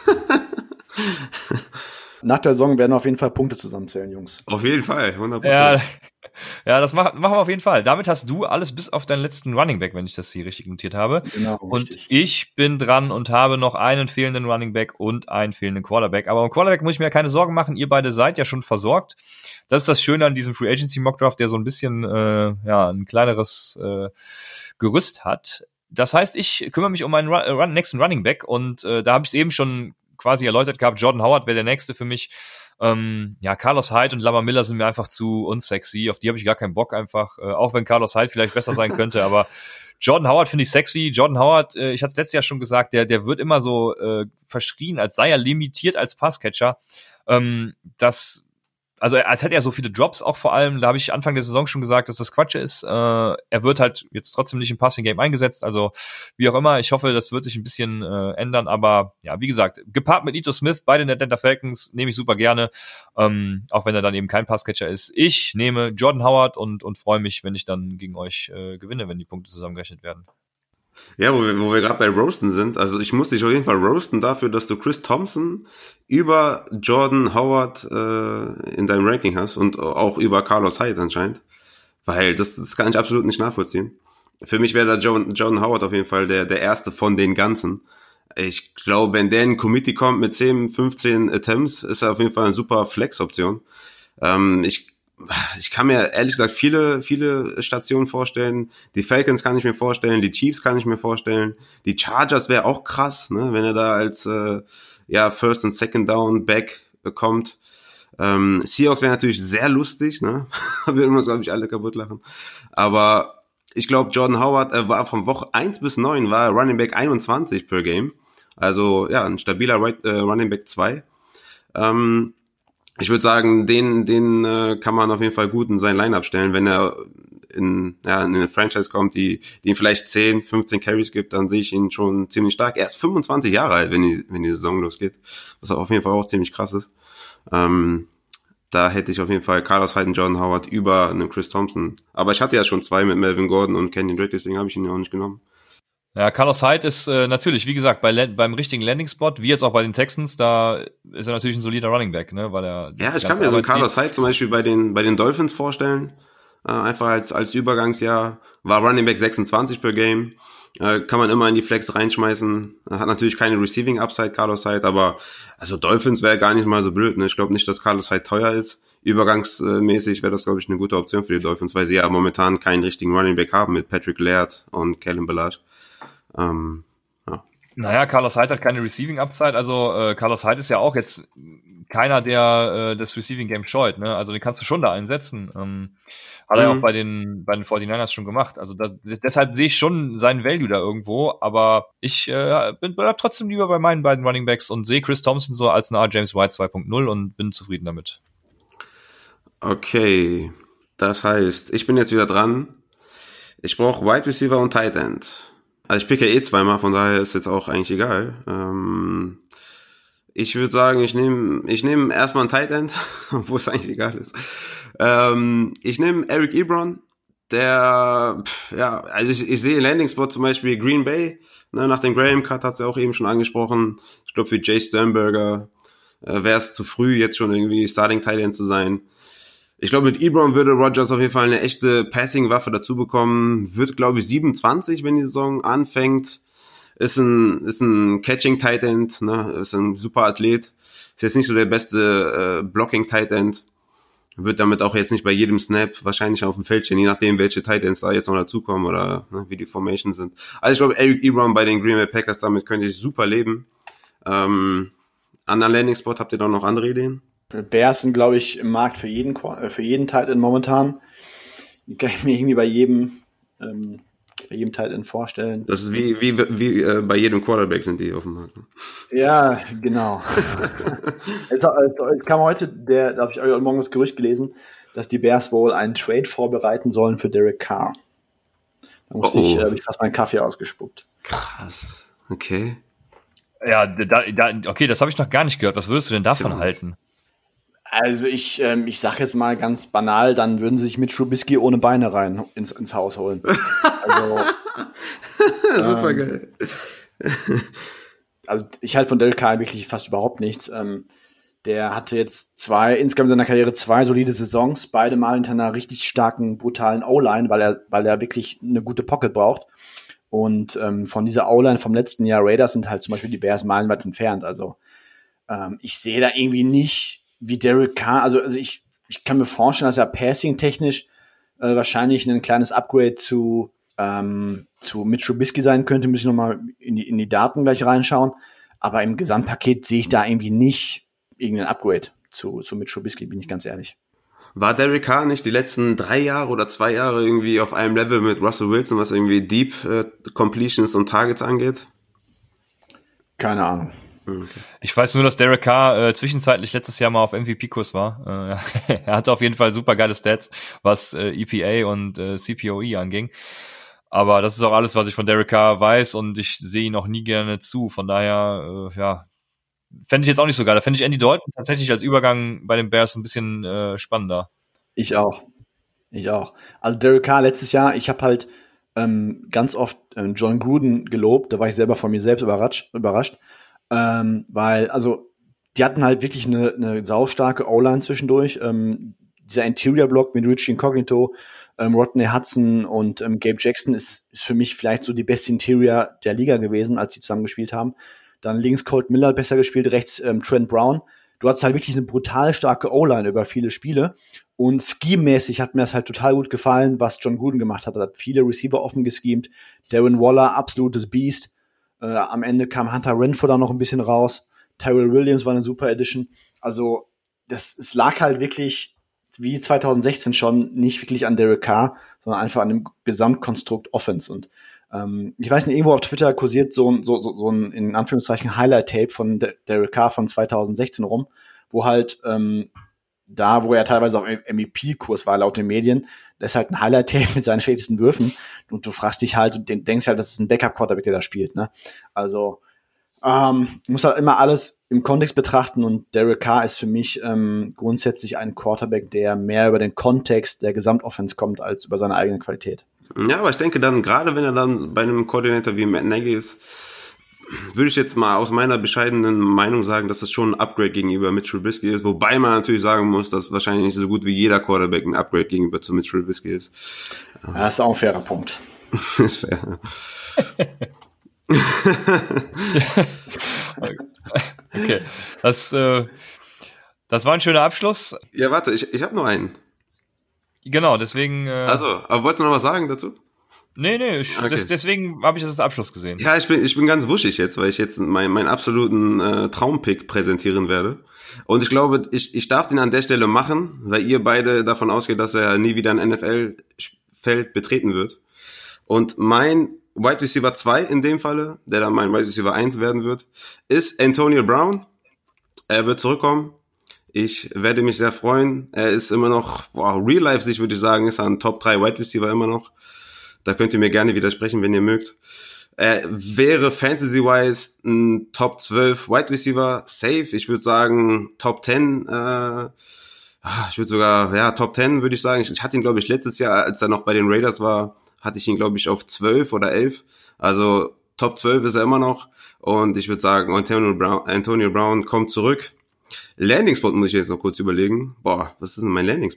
Nach der Saison werden auf jeden Fall Punkte zusammenzählen, Jungs. Auf jeden Fall, hundert Prozent. Ja, ja, das machen, machen wir auf jeden Fall. Damit hast du alles bis auf deinen letzten Running Back, wenn ich das hier richtig notiert habe. Genau, und richtig. Ich bin dran und habe noch einen fehlenden Running Back und einen fehlenden Quarterback. Aber um Quarterback muss ich mir ja keine Sorgen machen. Ihr beide seid ja schon versorgt. Das ist das Schöne an diesem Free Agency Mock Draft, der so ein bisschen äh, ja ein kleineres äh, Gerüst hat. Das heißt, ich kümmere mich um meinen Run- nächsten Running Back und äh, da habe ich es eben schon quasi erläutert gehabt. Jordan Howard wäre der nächste für mich. Ähm, ja, Carlos Hyde und Lamar Miller sind mir einfach zu unsexy. Auf die habe ich gar keinen Bock einfach. Äh, auch wenn Carlos Hyde vielleicht besser sein könnte, aber Jordan Howard finde ich sexy. Jordan Howard, äh, ich hatte es letztes Jahr schon gesagt, der der wird immer so äh, verschrien, als sei er limitiert als Passcatcher. Ähm, das Also als hätte er so viele Drops auch vor allem, da habe ich Anfang der Saison schon gesagt, dass das Quatsch ist. Äh, er wird halt jetzt trotzdem nicht im Passing-Game eingesetzt, also wie auch immer. Ich hoffe, das wird sich ein bisschen äh, ändern, aber ja, wie gesagt, gepaart mit Ito Smith bei den Atlanta Falcons nehme ich super gerne, ähm, auch wenn er dann eben kein Passcatcher ist. Ich nehme Jordan Howard und und freue mich, wenn ich dann gegen euch äh, gewinne, wenn die Punkte zusammengerechnet werden. Ja, wo wir, wo wir gerade bei Roasten sind, also ich muss dich auf jeden Fall roasten dafür, dass du Chris Thompson über Jordan Howard äh, in deinem Ranking hast und auch über Carlos Hyde anscheinend, weil das, das kann ich absolut nicht nachvollziehen. Für mich wäre da Jordan, Jordan Howard auf jeden Fall der, der erste von den ganzen. Ich glaube, wenn der in ein Committee kommt mit zehn, fünfzehn Attempts, ist er auf jeden Fall eine super Flex-Option. Ähm, ich Ich kann mir ehrlich gesagt viele, viele Stationen vorstellen. Die Falcons kann ich mir vorstellen, die Chiefs kann ich mir vorstellen. Die Chargers wäre auch krass, ne, wenn er da als äh, ja First und Second Down Back bekommt. Ähm, Seahawks wäre natürlich sehr lustig, ne, würden wir uns glaube ich alle kaputt lachen. Aber ich glaube, Jordan Howard äh, war von Woche eins bis neun war Running Back einundzwanzig per Game. Also ja, ein stabiler right, äh, Running Back zwei. Ähm, Ich würde sagen, den, den äh, kann man auf jeden Fall gut in sein Line-Up stellen, wenn er in, ja, in eine Franchise kommt, die, die ihm vielleicht zehn, fünfzehn Carries gibt, dann sehe ich ihn schon ziemlich stark. Er ist fünfundzwanzig Jahre alt, wenn die, wenn die Saison losgeht, was auf jeden Fall auch ziemlich krass ist. Ähm, da hätte ich auf jeden Fall Carlos Hyde und Jordan Howard über einen Chris Thompson. Aber ich hatte ja schon zwei mit Melvin Gordon und Kenyon Drake, deswegen habe ich ihn ja auch nicht genommen. Ja, Carlos Hyde ist äh, natürlich, wie gesagt, bei Land- beim richtigen Landing-Spot, wie jetzt auch bei den Texans, da ist er natürlich ein solider Running Back, ne, weil er ja, ich kann mir so einen Carlos Hyde zum Beispiel bei den bei den Dolphins vorstellen, äh, einfach als als Übergangsjahr, war Running Back sechsundzwanzig per Game, äh, kann man immer in die Flex reinschmeißen, hat natürlich keine Receiving Upside, Carlos Hyde, aber also Dolphins wäre gar nicht mal so blöd, ne, ich glaube nicht, dass Carlos Hyde teuer ist, übergangsmäßig wäre das, glaube ich, eine gute Option für die Dolphins, weil sie ja momentan keinen richtigen Running Back haben mit Patrick Laird und Kalen Ballard. Ähm, ja. Naja, Carlos Hyde hat keine Receiving Upside, also äh, Carlos Hyde ist ja auch jetzt keiner, der äh, das Receiving Game scheut, ne? Also den kannst du schon da einsetzen. Ähm, hat er ja Mhm. auch bei den bei den forty-niners schon gemacht. Also da, deshalb sehe ich schon seinen Value da irgendwo, aber ich äh, bin bleib trotzdem lieber bei meinen beiden Running Backs und sehe Chris Thompson so als eine Art James White zwei Punkt null und bin zufrieden damit. Okay, das heißt, ich bin jetzt wieder dran. Ich brauche Wide Receiver und Tight End. Also ich picke ja eh zweimal, von daher ist jetzt auch eigentlich egal. Ähm, ich würde sagen, ich nehme ich nehme erstmal einen Tight End, wo es eigentlich egal ist. Ähm, ich nehme Eric Ebron, der, pff, ja, also ich, ich sehe Landing Spot zum Beispiel Green Bay, ne, nach dem Graham Cut hat es ja auch eben schon angesprochen. Ich glaube, für Jay Sternberger äh, wäre es zu früh, jetzt schon irgendwie Starting Tight End zu sein. Ich glaube, mit Ebron würde Rodgers auf jeden Fall eine echte Passing-Waffe dazu bekommen. Wird, glaube ich, siebenundzwanzig, wenn die Saison anfängt. Ist ein, ist ein Catching-Tight End, ne? Ist ein super Athlet. Ist jetzt nicht so der beste äh, Blocking-Tight End. Wird damit auch jetzt nicht bei jedem Snap wahrscheinlich auf dem Feld stehen, je nachdem, welche Tight Ends da jetzt noch dazukommen oder ne, wie die Formations sind. Also ich glaube, Eric Ebron bei den Green Bay Packers, damit könnte ich super leben. Ähm, an der Landing-Spot habt ihr da noch andere Ideen? Bears sind, glaube ich, im Markt für jeden für jeden Tight End momentan. Die kann ich mir irgendwie bei jedem ähm, bei jedem Tight End vorstellen. Das ist wie wie wie äh, bei jedem Quarterback sind die auf dem Markt. Ja, genau. es, es kam heute, der, da habe ich heute Morgen das Gerücht gelesen, dass die Bears wohl einen Trade vorbereiten sollen für Derek Carr. Da musste oh. ich, da habe ich fast meinen Kaffee ausgespuckt. Krass. Okay. Ja, da, da, okay, das habe ich noch gar nicht gehört. Was würdest du denn davon ja. halten? Also ich, ähm, ich sage jetzt mal ganz banal, dann würden sie sich mit Trubisky ohne Beine rein ins, ins Haus holen. Also, super ähm, geil. Also ich halte von Derek Carr wirklich fast überhaupt nichts. Ähm, der hatte jetzt zwei, insgesamt in seiner Karriere zwei solide Saisons, beide mal hinter einer richtig starken, brutalen O-Line, weil er, weil er wirklich eine gute Pocket braucht. Und ähm, von dieser O-Line vom letzten Jahr Raiders sind halt zum Beispiel die Bears meilenweit entfernt. Also ähm, ich sehe da irgendwie nicht, wie Derek Carr, also, also ich, ich kann mir vorstellen, dass er passing-technisch äh, wahrscheinlich ein kleines Upgrade zu, ähm, zu Mitch Trubisky sein könnte. Müssen wir nochmal in die, in die Daten gleich reinschauen. Aber im Gesamtpaket sehe ich da irgendwie nicht irgendein Upgrade zu, zu Mitch Trubisky, bin ich ganz ehrlich. War Derek Carr nicht die letzten drei Jahre oder zwei Jahre irgendwie auf einem Level mit Russell Wilson, was irgendwie Deep äh, Completions und Targets angeht? Keine Ahnung. Okay. Ich weiß nur, dass Derek Carr äh, zwischenzeitlich letztes Jahr mal auf M V P-Kurs war. Äh, er hatte auf jeden Fall super geile Stats, was äh, E P A und äh, C P O E anging. Aber das ist auch alles, was ich von Derek Carr weiß und ich sehe ihn auch nie gerne zu. Von daher, äh, ja, fände ich jetzt auch nicht so geil. Da fände ich Andy Dalton tatsächlich als Übergang bei den Bears ein bisschen äh, spannender. Ich auch. Ich auch. Also Derek Carr letztes Jahr, ich habe halt ähm, ganz oft ähm, John Gruden gelobt. Da war ich selber von mir selbst überrascht. überrascht. Ähm, weil, also, die hatten halt wirklich eine, eine saustarke O-Line zwischendurch. Ähm, dieser Interior-Block mit Richie Incognito, ähm, Rodney Hudson und ähm, Gabe Jackson ist, ist für mich vielleicht so die beste Interior der Liga gewesen, als sie zusammen gespielt haben. Dann links Colt Miller besser gespielt, rechts ähm, Trent Brown. Du hattest halt wirklich eine brutal starke O-Line über viele Spiele. Und scheme-mäßig hat mir das halt total gut gefallen, was John Gruden gemacht hat. Er hat viele Receiver offen geschemt. Darren Waller, absolutes Beast. Äh, am Ende kam Hunter Renfrow da noch ein bisschen raus. Tyrell Williams war eine super Edition. Also das, es lag halt wirklich, wie zwanzig sechzehn schon, nicht wirklich an Derek Carr, sondern einfach an dem Gesamtkonstrukt Offense. Und ähm, ich weiß nicht, irgendwo auf Twitter kursiert so ein, so, so, so ein in Anführungszeichen Highlight-Tape von De- Derek Carr von zwanzig sechzehn rum, wo halt ähm, da, wo er teilweise auf M V P-Kurs war, laut den Medien, das ist halt ein Highlight-Tape mit seinen schlechtesten Würfen und du fragst dich halt und denkst halt, das ist ein Backup-Quarterback, der da spielt, ne? Also, ähm, muss halt immer alles im Kontext betrachten und Derek Carr ist für mich ähm, grundsätzlich ein Quarterback, der mehr über den Kontext der Gesamtoffense kommt, als über seine eigene Qualität. Ja, aber ich denke dann, gerade wenn er dann bei einem Koordinator wie Matt Nagy ist, würde ich jetzt mal aus meiner bescheidenen Meinung sagen, dass es schon ein Upgrade gegenüber Mitch Trubisky ist, wobei man natürlich sagen muss, dass wahrscheinlich nicht so gut wie jeder Quarterback ein Upgrade gegenüber zu Mitch Trubisky ist. Ja, das ist auch ein fairer Punkt. ist fair. Okay, das, äh, das war ein schöner Abschluss. Ja, warte, ich, ich habe nur einen. Genau, deswegen... Äh, also, aber wolltest du noch was sagen dazu? Nee, nee, ich, okay. das, deswegen habe ich das als Abschluss gesehen. Ja, ich bin ich bin ganz wuschig jetzt, weil ich jetzt meinen meinen absoluten äh, Traumpick präsentieren werde. Und ich glaube, ich ich darf den an der Stelle machen, weil ihr beide davon ausgeht, dass er nie wieder ein N F L-Feld betreten wird. Und mein Wide Receiver zwei in dem Falle, der dann mein Wide Receiver eins werden wird, ist Antonio Brown. Er wird zurückkommen. Ich werde mich sehr freuen. Er ist immer noch, wow, Real-Life-Sicht würde ich sagen, ist er ein Top drei Wide Receiver immer noch. Da könnt ihr mir gerne widersprechen, wenn ihr mögt. Er wäre Fantasy-wise ein Top zwölf Wide Receiver safe. Ich würde sagen Top zehn. Äh, ich würde sogar, ja, Top zehn würde ich sagen. Ich, ich hatte ihn, glaube ich, letztes Jahr, als er noch bei den Raiders war, hatte ich ihn, glaube ich, auf zwölf oder elf. Also Top zwölf ist er immer noch. Und ich würde sagen, Antonio Brown, Antonio Brown kommt zurück. Landing-Spot muss ich jetzt noch kurz überlegen. Boah, was ist denn mein Landing-Spot?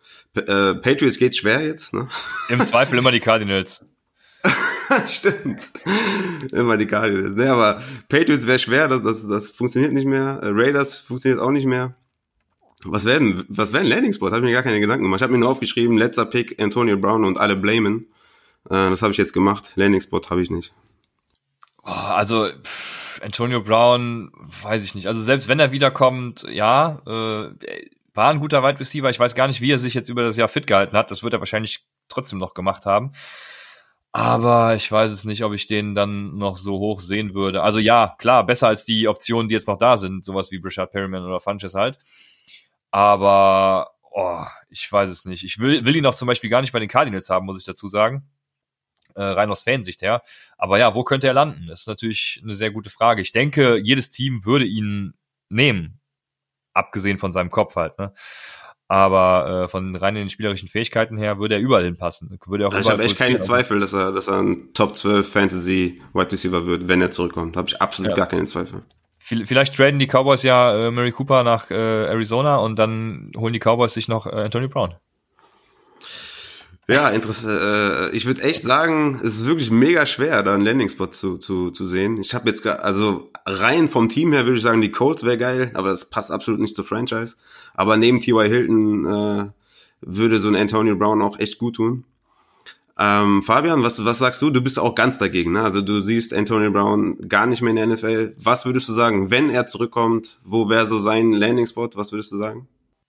P- äh, Patriots geht schwer jetzt, ne? Im Zweifel immer die Cardinals. Stimmt. Immer die Cardinals. Ne, aber Patriots wäre schwer, das, das, das funktioniert nicht mehr. Raiders funktioniert auch nicht mehr. Was werden, was wäre ein Landing-Spot? Habe ich mir gar keine Gedanken gemacht. Ich habe mir nur aufgeschrieben, letzter Pick, Antonio Brown und alle blamen. Äh, das habe ich jetzt gemacht. Landing-Spot habe ich nicht. Oh, also pff, Antonio Brown, weiß ich nicht. Also selbst wenn er wiederkommt, ja, äh, war ein guter Wide Receiver. Ich weiß gar nicht, wie er sich jetzt über das Jahr fit gehalten hat. Das wird er wahrscheinlich trotzdem noch gemacht haben. Aber ich weiß es nicht, ob ich den dann noch so hoch sehen würde. Also ja, klar, besser als die Optionen, die jetzt noch da sind. Sowas wie Brashad Perriman oder Funches halt. Aber oh, ich weiß es nicht. Ich will, will ihn auch zum Beispiel gar nicht bei den Cardinals haben, muss ich dazu sagen. Äh, rein aus Fansicht her. Aber ja, wo könnte er landen? Das ist natürlich eine sehr gute Frage. Ich denke, jedes Team würde ihn nehmen. Abgesehen von seinem Kopf halt, ne? Aber äh, von rein den spielerischen Fähigkeiten her würde er überall hinpassen. Würde er auch ich überall habe echt keine produzieren. Zweifel, dass er, dass er ein Top zwölf Fantasy Wide Receiver wird, wenn er zurückkommt. Da habe ich absolut Ja. gar keine Zweifel. Vielleicht traden die Cowboys ja äh, Murray Cooper nach äh, Arizona und dann holen die Cowboys sich noch äh, Antonio Brown. Ja, interessant. Äh, ich würde echt sagen, es ist wirklich mega schwer, da einen Landing-Spot zu, zu, zu sehen. Ich habe jetzt, gar, also rein vom Team her würde ich sagen, die Colts wäre geil, aber das passt absolut nicht zur Franchise. Aber neben T Y. Hilton äh, würde so ein Antonio Brown auch echt gut tun. Ähm, Fabian, was, was sagst du? Du bist auch ganz dagegen, ne? Also du siehst Antonio Brown gar nicht mehr in der N F L. Was würdest du sagen, wenn er zurückkommt? Wo wäre so sein Landing-Spot? Was würdest du sagen?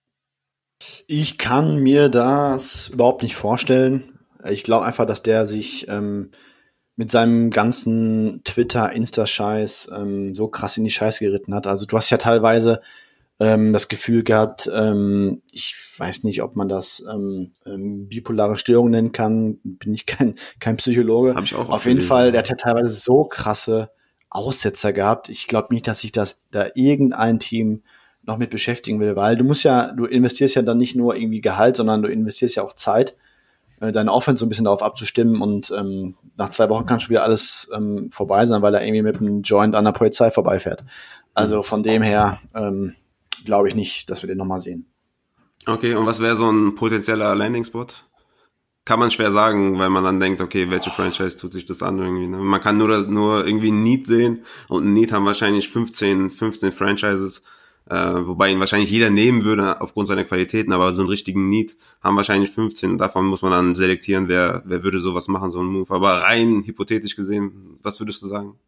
Ich kann mir das überhaupt nicht vorstellen. Ich glaube einfach, dass der sich ähm, mit seinem ganzen Twitter, Insta-Scheiß ähm, so krass in die Scheiße geritten hat. Also du hast ja teilweise ähm, das Gefühl gehabt, ähm, ich weiß nicht, ob man das ähm, ähm, bipolare Störung nennen kann, bin ich kein kein Psychologe. Hab ich auch Auf jeden gelesen. Fall, der hat ja teilweise so krasse Aussetzer gehabt. Ich glaube nicht, dass sich das da irgendein Team noch mit beschäftigen will, weil du musst ja, du investierst ja dann nicht nur irgendwie Gehalt, sondern du investierst ja auch Zeit, äh, deine Offense so ein bisschen darauf abzustimmen und ähm, nach zwei Wochen kann schon wieder alles ähm, vorbei sein, weil er irgendwie mit einem Joint an der Polizei vorbeifährt. Also von dem her ähm, glaube ich nicht, dass wir den nochmal sehen. Okay, und was wäre so ein potenzieller Landing-Spot? Kann man schwer sagen, weil man dann denkt, okay, welche Franchise tut sich das an irgendwie, ne? Man kann nur, nur irgendwie ein Need sehen und ein Need haben wahrscheinlich fünfzehn, fünfzehn Franchises, äh, wobei ihn wahrscheinlich jeder nehmen würde aufgrund seiner Qualitäten, aber so einen richtigen Need haben wahrscheinlich fünfzehn und davon muss man dann selektieren, wer, wer würde sowas machen, so einen Move. Aber rein hypothetisch gesehen, was würdest du sagen?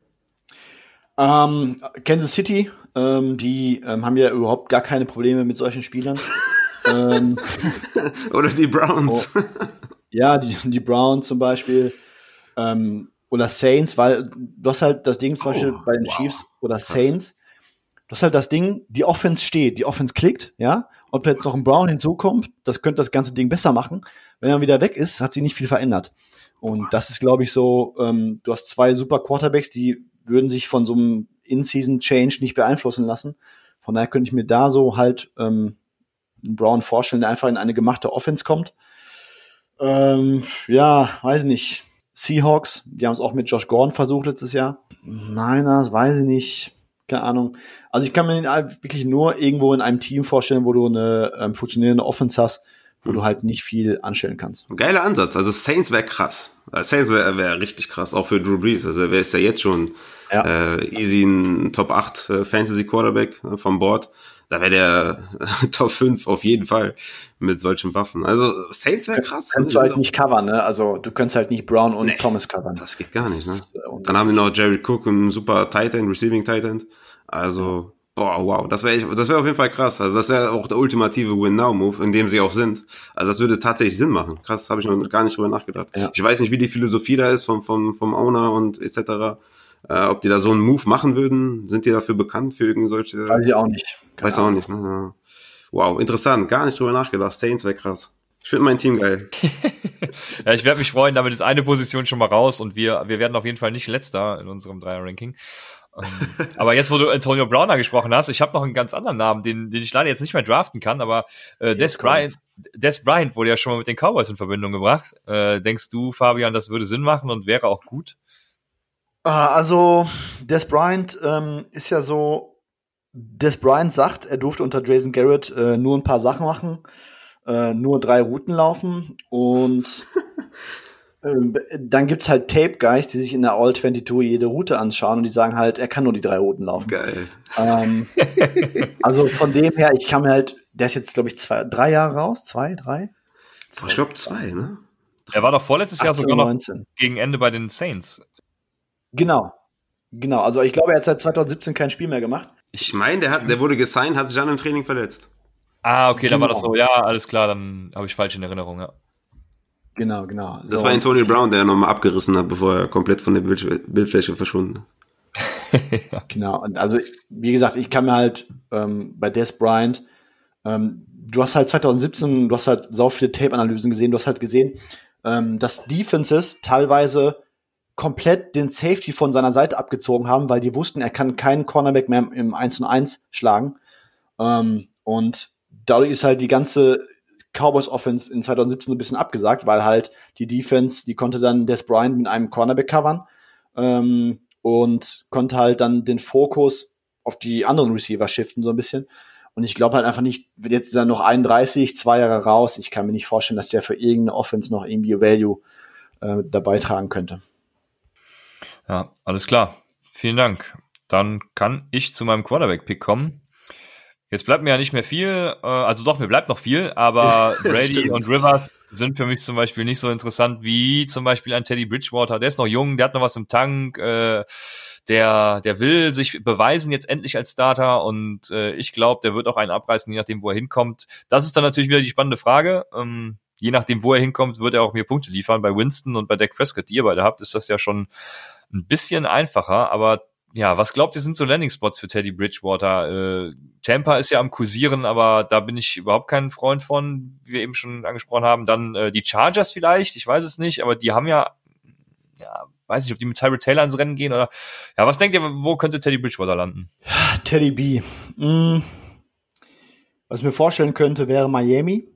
Ähm, Kansas City, ähm, die ähm, haben ja überhaupt gar keine Probleme mit solchen Spielern. ähm, Oder die Browns. Oh. Ja, die, die Browns zum Beispiel. Ähm, oder Saints, weil du hast halt das Ding zum Beispiel Oh, bei den wow. Chiefs oder Krass. Saints. Du hast halt das Ding, die Offense steht, die Offense klickt, ja. Ob jetzt noch ein Brown hinzukommt, das könnte das ganze Ding besser machen. Wenn er wieder weg ist, hat sich nicht viel verändert. Und das ist, glaube ich, so, ähm, du hast zwei super Quarterbacks, die würden sich von so einem In-Season-Change nicht beeinflussen lassen. Von daher könnte ich mir da so halt ähm, einen Brown vorstellen, der einfach in eine gemachte Offense kommt. Ähm, ja, weiß nicht. Seahawks, die haben es auch mit Josh Gordon versucht letztes Jahr. Niners, weiß ich nicht. Keine Ahnung. Also ich kann mir den wirklich nur irgendwo in einem Team vorstellen, wo du eine ähm, funktionierende Offense hast, wo du halt nicht viel anstellen kannst. Geiler Ansatz. Also Saints wäre krass. Saints wäre wär richtig krass, auch für Drew Brees. Also wer ist ja jetzt schon Ja. äh, easy ein Top acht äh, Fantasy Quarterback äh, vom Board. Da wäre der Top fünf auf jeden Fall mit solchen Waffen. Also Saints wäre krass. Kannst du halt nicht covern, ne? Also du könntest halt nicht Brown und Nee, Thomas covern. Das geht gar nicht, ne? ist, äh, Dann haben wir noch Jared Cook, einen super Tight End, Receiving Tight End. Also, boah, wow, das wäre das wäre auf jeden Fall krass. Also das wäre auch der ultimative Win-Now-Move, in dem sie auch sind. Also das würde tatsächlich Sinn machen. Krass, habe ich noch gar nicht drüber nachgedacht. Ja. Ich weiß nicht, wie die Philosophie da ist vom vom vom Owner und et cetera. Äh, ob die da so einen Move machen würden, sind die dafür bekannt für irgend solche? Weiß ich auch nicht. Keine Weiß auch Ahnung. nicht, ne? Ja. Wow, interessant, gar nicht drüber nachgedacht. Saints wäre krass. Ich finde mein Team geil. Ja, ich werde mich freuen, damit ist eine Position schon mal raus und wir wir werden auf jeden Fall nicht Letzter in unserem Dreier-Ranking. Ähm, aber jetzt, wo du Antonio Brown angesprochen hast, ich habe noch einen ganz anderen Namen, den, den ich leider jetzt nicht mehr draften kann, aber äh, Des Jetzt Bryant, kommt's. Des Bryant wurde ja schon mal mit den Cowboys in Verbindung gebracht. Äh, denkst du, Fabian, das würde Sinn machen und wäre auch gut? Ah, Also, Des Bryant ähm, ist ja so, Des Bryant sagt, er durfte unter Jason Garrett äh, nur ein paar Sachen machen. äh, nur drei Routen laufen und äh, dann gibt's halt Tape-Guys, die sich in der All zweiundzwanzig jede Route anschauen und die sagen halt, er kann nur die drei Routen laufen. Geil. Ähm, also von dem her, ich kann mir halt, der ist jetzt, glaube ich, zwei, drei Jahre raus, zwei, drei? Zwei. Ich glaube zwei, ne? Er war doch vorletztes Jahr sogar noch neunzehn gegen Ende bei den Saints. Genau. Genau. Also ich glaube, er hat seit zwanzig siebzehn kein Spiel mehr gemacht. Ich meine, der hat, der wurde gesigned, hat sich dann im Training verletzt. Ah, okay, genau. dann war das so. Ja, alles klar, dann habe ich falsch in Erinnerung, ja. Genau, genau. Das so. war Antonio Brown, der nochmal abgerissen hat, bevor er komplett von der Bild- Bildfläche verschwunden ist. Ja. Genau. Und also, wie gesagt, ich kann mir halt ähm, bei Dez Bryant, ähm, du hast halt zwanzig siebzehn, du hast halt sau viele Tape-Analysen gesehen, du hast halt gesehen, ähm, dass Defenses teilweise komplett den Safety von seiner Seite abgezogen haben, weil die wussten, er kann keinen Cornerback mehr im eins und eins schlagen. Ähm, und dadurch ist halt die ganze Cowboys-Offense in zwanzig siebzehn so ein bisschen abgesagt, weil halt die Defense, die konnte dann Dez Bryant mit einem Cornerback covern ähm, und konnte halt dann den Fokus auf die anderen Receiver shiften so ein bisschen. Und ich glaube halt einfach nicht, jetzt ist er noch einunddreißig, zwei Jahre raus, ich kann mir nicht vorstellen, dass der für irgendeine Offense noch irgendwie Value äh, dabei tragen könnte. Ja, alles klar. Vielen Dank. Dann kann ich zu meinem Quarterback-Pick kommen. Jetzt bleibt mir ja nicht mehr viel, äh, also doch, mir bleibt noch viel, aber Brady und Rivers sind für mich zum Beispiel nicht so interessant wie zum Beispiel ein Teddy Bridgewater. Der ist noch jung, der hat noch was im Tank, äh, der der will sich beweisen jetzt endlich als Starter und äh, ich glaube, der wird auch einen abreißen, je nachdem, wo er hinkommt. Das ist dann natürlich wieder die spannende Frage. Ähm, je nachdem, wo er hinkommt, wird er auch mir Punkte liefern. Bei Winston und bei Dak Prescott, die ihr beide habt, ist das ja schon ein bisschen einfacher, aber ja, was glaubt ihr, sind so Landing-Spots für Teddy Bridgewater? Äh, Tampa ist ja am Kursieren, aber da bin ich überhaupt kein Freund von, wie wir eben schon angesprochen haben. Dann äh, die Chargers vielleicht, ich weiß es nicht, aber die haben ja, ja, weiß nicht, ob die mit Tyrod Taylor ins Rennen gehen oder, ja, was denkt ihr, wo könnte Teddy Bridgewater landen? Teddy B. Mm. Was ich mir vorstellen könnte, wäre Miami.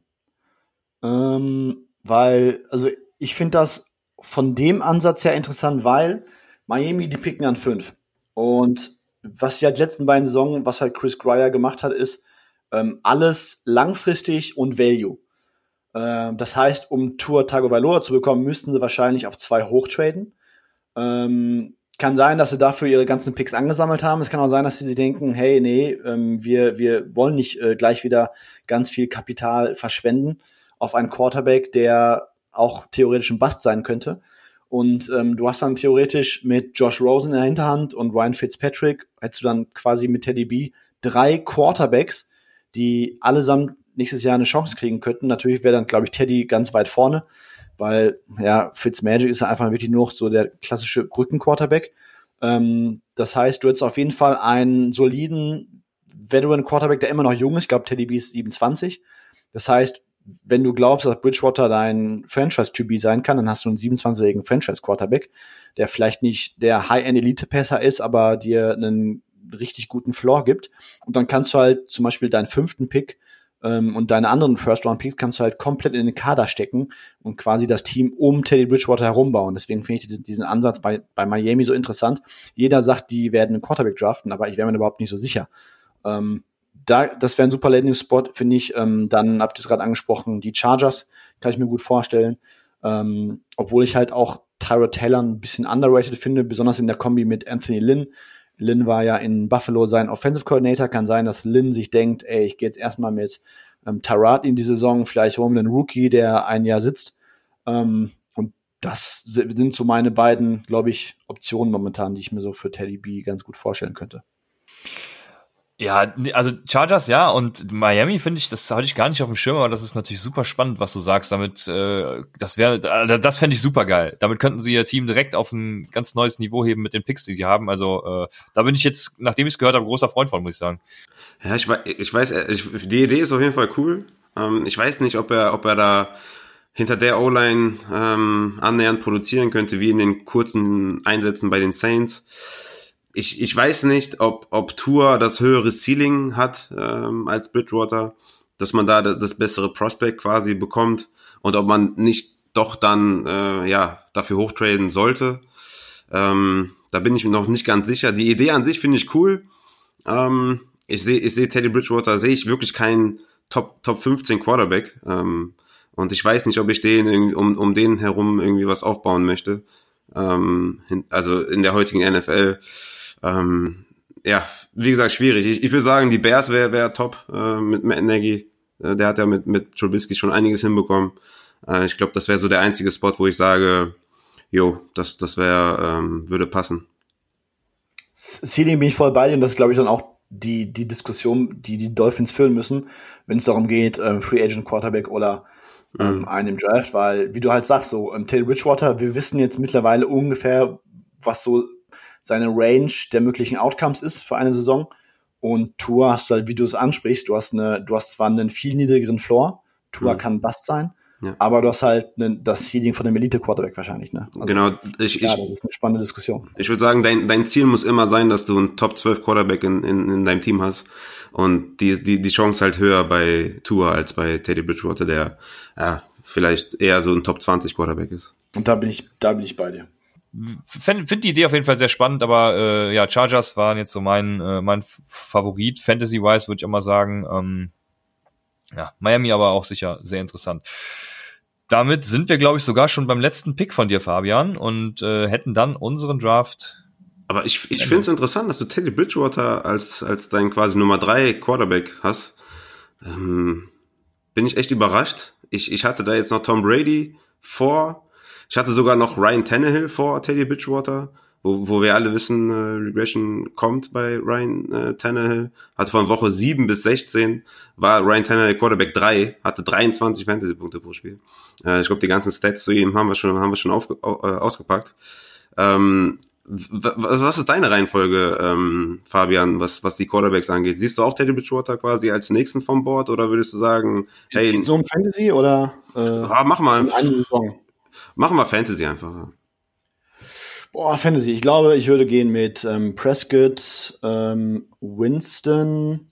Ähm, weil, also ich finde das von dem Ansatz her interessant, weil Miami, die picken an fünf. Und was ja die letzten beiden Saison, was halt Chris Grier gemacht hat, ist ähm, alles langfristig und Value. Ähm, das heißt, um Tua Tagovailoa zu bekommen, müssten sie wahrscheinlich auf zwei hochtraden. Ähm, kann sein, dass sie dafür ihre ganzen Picks angesammelt haben. Es kann auch sein, dass sie sich denken, hey, nee, ähm, wir wir wollen nicht äh, gleich wieder ganz viel Kapital verschwenden auf einen Quarterback, der auch theoretisch ein Bust sein könnte. Und ähm, du hast dann theoretisch mit Josh Rosen in der Hinterhand und Ryan Fitzpatrick, hättest du dann quasi mit Teddy B drei Quarterbacks, die allesamt nächstes Jahr eine Chance kriegen könnten. Natürlich wäre dann, glaube ich, Teddy ganz weit vorne, weil ja Fitzmagic ist ja einfach wirklich nur noch so der klassische Brückenquarterback. Ähm, das heißt, du hättest auf jeden Fall einen soliden Veteran-Quarterback, der immer noch jung ist. Ich glaube, Teddy B ist siebenundzwanzig. Das heißt, wenn du glaubst, dass Bridgewater dein Franchise-Q B sein kann, dann hast du einen siebenundzwanzigjährigen Franchise-Quarterback, der vielleicht nicht der High-End-Elite-Passer ist, aber dir einen richtig guten Floor gibt. Und dann kannst du halt zum Beispiel deinen fünften Pick ähm, und deine anderen First-Round-Picks kannst du halt komplett in den Kader stecken und quasi das Team um Teddy Bridgewater herumbauen. Deswegen finde ich diesen, diesen Ansatz bei, bei Miami so interessant. Jeder sagt, die werden einen Quarterback draften, aber ich wäre mir überhaupt nicht so sicher. Ähm, Da, das wäre ein super Landing-Spot, finde ich. Ähm, dann habt ihr es gerade angesprochen, die Chargers, kann ich mir gut vorstellen. Ähm, obwohl ich halt auch Tyrod Taylor ein bisschen underrated finde, besonders in der Kombi mit Anthony Lynn. Lynn war ja in Buffalo sein Offensive Coordinator. Kann sein, dass Lynn sich denkt, ey, ich gehe jetzt erstmal mit ähm, Tyrod in die Saison, vielleicht holen wir einen Rookie, der ein Jahr sitzt. Ähm, und das sind so meine beiden, glaube ich, Optionen momentan, die ich mir so für Teddy B ganz gut vorstellen könnte. Ja, also Chargers, ja, und Miami finde ich, das hatte ich gar nicht auf dem Schirm, aber das ist natürlich super spannend, was du sagst. Damit, äh, das wäre, das fände ich super geil. Damit könnten sie ihr Team direkt auf ein ganz neues Niveau heben mit den Picks, die sie haben. Also äh, da bin ich jetzt, nachdem ich es gehört habe, großer Freund von, muss ich sagen. Ja, ich weiß, ich weiß, ich, die Idee ist auf jeden Fall cool. Ähm, ich weiß nicht, ob er, ob er da hinter der O-Line ähm, annähernd produzieren könnte, wie in den kurzen Einsätzen bei den Saints. Ich, ich weiß nicht, ob, ob Tua das höhere Ceiling hat ähm, als Bridgewater, dass man da das bessere Prospect quasi bekommt und ob man nicht doch dann äh, ja dafür hochtraden sollte. Ähm, da bin ich mir noch nicht ganz sicher. Die Idee an sich finde ich cool. Ähm, ich sehe ich sehe Teddy Bridgewater, sehe ich wirklich keinen Top, Top fünfzehn Quarterback. Ähm, und ich weiß nicht, ob ich den um, um den herum irgendwie was aufbauen möchte. Ähm, also in der heutigen N F L. Ähm, ja, wie gesagt, schwierig. Ich, ich würde sagen, die Bears wäre wär top äh, mit Matt Nagy. Äh, der hat ja mit, mit Trubisky schon einiges hinbekommen. Äh, ich glaube, das wäre so der einzige Spot, wo ich sage, jo, das, das wäre, ähm, würde passen. Ceiling bin ich voll bei dir und das ist, glaube ich, dann auch die, die Diskussion, die die Dolphins führen müssen, wenn es darum geht, ähm, Free Agent Quarterback oder ähm, mhm. einen im Draft, weil, wie du halt sagst, so, ähm, Teddy Bridgewater, wir wissen jetzt mittlerweile ungefähr, was so seine Range der möglichen Outcomes ist für eine Saison. Und Tua hast du halt, wie du es ansprichst, du hast eine, du hast zwar einen viel niedrigeren Floor, Tua mhm. kann Bust sein, ja. aber du hast halt ne, das Ceiling von einem Elite-Quarterback wahrscheinlich, ne? Also, genau, ich, ja, ich, das ist eine spannende Diskussion. Ich würde sagen, dein, dein Ziel muss immer sein, dass du einen Top zwölf Quarterback in, in, in deinem Team hast. Und die, die, die Chance halt höher bei Tua als bei Teddy Bridgewater, der ja, vielleicht eher so ein Top zwanzig Quarterback ist. Und da bin ich, da bin ich bei dir. Finde find die Idee auf jeden Fall sehr spannend, aber äh, ja, Chargers waren jetzt so mein äh, mein Favorit, Fantasy-wise würde ich immer sagen. Ähm, ja, Miami aber auch sicher sehr interessant. Damit sind wir, glaube ich, sogar schon beim letzten Pick von dir, Fabian, und äh, hätten dann unseren Draft. Aber ich, ich finde es interessant, dass du Teddy Bridgewater als als dein quasi Nummer drei Quarterback hast. Ähm, bin ich echt überrascht. Ich, ich hatte da jetzt noch Tom Brady vor. Ich hatte sogar noch Ryan Tannehill vor Teddy Bridgewater, wo, wo wir alle wissen, äh, Regression kommt bei Ryan äh, Tannehill. Hatte von Woche sieben bis sechzehn war Ryan Tannehill Quarterback drei, hatte dreiundzwanzig Fantasy-Punkte pro Spiel. Äh, ich glaube, die ganzen Stats zu ihm haben wir schon, haben wir schon aufge, äh, ausgepackt. Ähm, was, was ist deine Reihenfolge, ähm, Fabian, was, was die Quarterbacks angeht? Siehst du auch Teddy Bridgewater quasi als nächsten vom Board oder würdest du sagen, hey, so ein Fantasy oder äh, ah, mach mal in einer Saison? Machen wir Fantasy einfach. Boah, Fantasy. Ich glaube, ich würde gehen mit ähm, Prescott, ähm, Winston.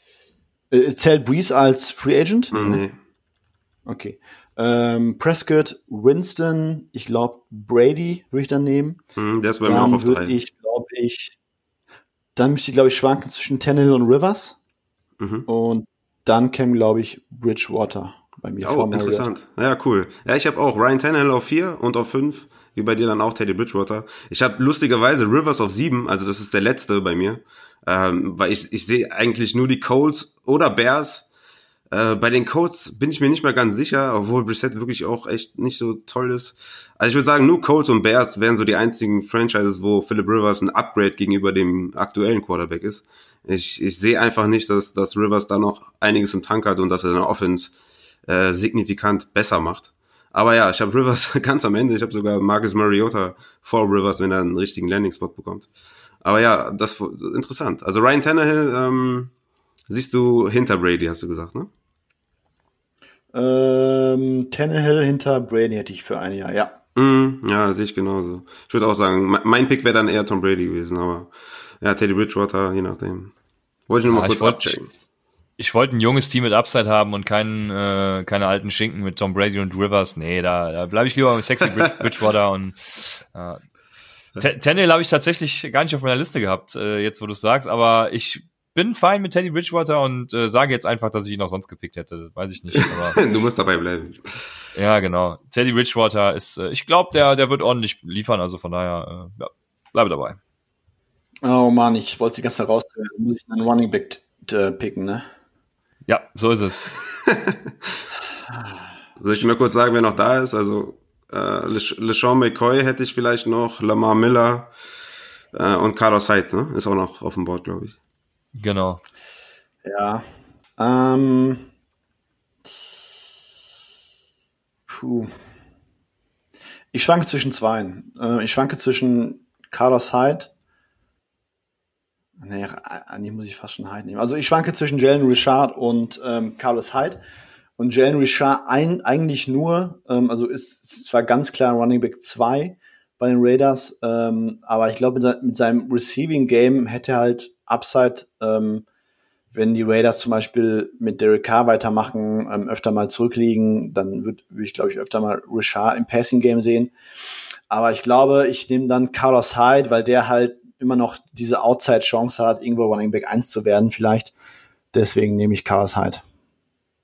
Äh, zählt Breeze als Free Agent? Nee. Okay. Ähm, Prescott, Winston, ich glaube Brady würde ich dann nehmen. Hm, der ist bei dann mir auch auf drei. Ich, glaube ich, dann müsste ich, glaube ich, schwanken zwischen Tannehill und Rivers. Mhm. Und dann käme, glaube ich, Bridgewater bei mir. Oh, interessant. Ja, cool. Ja, ich habe auch Ryan Tannehill auf vier und auf fünf, wie bei dir dann auch Teddy Bridgewater. Ich habe lustigerweise Rivers auf sieben, also das ist der letzte bei mir, ähm, weil ich ich sehe eigentlich nur die Colts oder Bears. Äh, bei den Colts bin ich mir nicht mehr ganz sicher, obwohl Brissett wirklich auch echt nicht so toll ist. Also ich würde sagen, nur Colts und Bears wären so die einzigen Franchises, wo Philip Rivers ein Upgrade gegenüber dem aktuellen Quarterback ist. Ich ich sehe einfach nicht, dass dass Rivers da noch einiges im Tank hat und dass er eine Offense Äh, signifikant besser macht. Aber ja, ich habe Rivers ganz am Ende, ich habe sogar Marcus Mariota vor Rivers, wenn er einen richtigen Landing-Spot bekommt. Aber ja, das ist interessant. Also Ryan Tannehill ähm, siehst du hinter Brady, hast du gesagt, ne? Ähm, Tannehill hinter Brady hätte ich für ein Jahr, ja. Mm, ja, sehe ich genauso. Ich würde auch sagen, mein Pick wäre dann eher Tom Brady gewesen, aber ja, Teddy Bridgewater, je nachdem. Wollte ich nur mal ja, kurz abchecken. Ich wollte ein junges Team mit Upside haben und keinen, äh, keine alten Schinken mit Tom Brady und Rivers. Nee, da, da bleibe ich lieber mit Sexy Bridgewater und äh, Tannehill habe ich tatsächlich gar nicht auf meiner Liste gehabt, äh, jetzt wo du es sagst, aber ich bin fein mit Teddy Bridgewater und äh, sage jetzt einfach, dass ich ihn auch sonst gepickt hätte. Weiß ich nicht. Aber du musst dabei bleiben. Ja, genau. Teddy Bridgewater ist, äh, ich glaube, der, der wird ordentlich liefern, also von daher, äh, ja, bleibe dabei. Oh Mann, ich wollte die ganze Zeit rausziehen. Da muss ich einen Running Back äh, picken, ne? Ja, so ist es. Soll ich mal kurz sagen, wer noch da ist? Also äh, LeSean McCoy hätte ich vielleicht noch, Lamar Miller äh, und Carlos Hyde, ne? Ist auch noch auf dem Board, glaube ich. Genau. Ja. Ähm. Puh. Ich schwanke zwischen zweien. Äh, ich schwanke zwischen Carlos Hyde. Nee, eigentlich muss ich fast schon Hyde nehmen. Also ich schwanke zwischen Jalen Richard und ähm, Carlos Hyde. Und Jalen Richard ein, eigentlich nur, ähm, also ist, ist zwar ganz klar Running Back zwei bei den Raiders, ähm, aber ich glaube, mit, mit seinem Receiving Game hätte er halt Upside, ähm, wenn die Raiders zum Beispiel mit Derek Carr weitermachen, ähm, öfter mal zurückliegen, dann würde würd ich, glaube ich, öfter mal Richard im Passing Game sehen. Aber ich glaube, ich nehme dann Carlos Hyde, weil der halt immer noch diese Outside-Chance hat, irgendwo Running Back eins zu werden vielleicht. Deswegen nehme ich Carlos Hyde.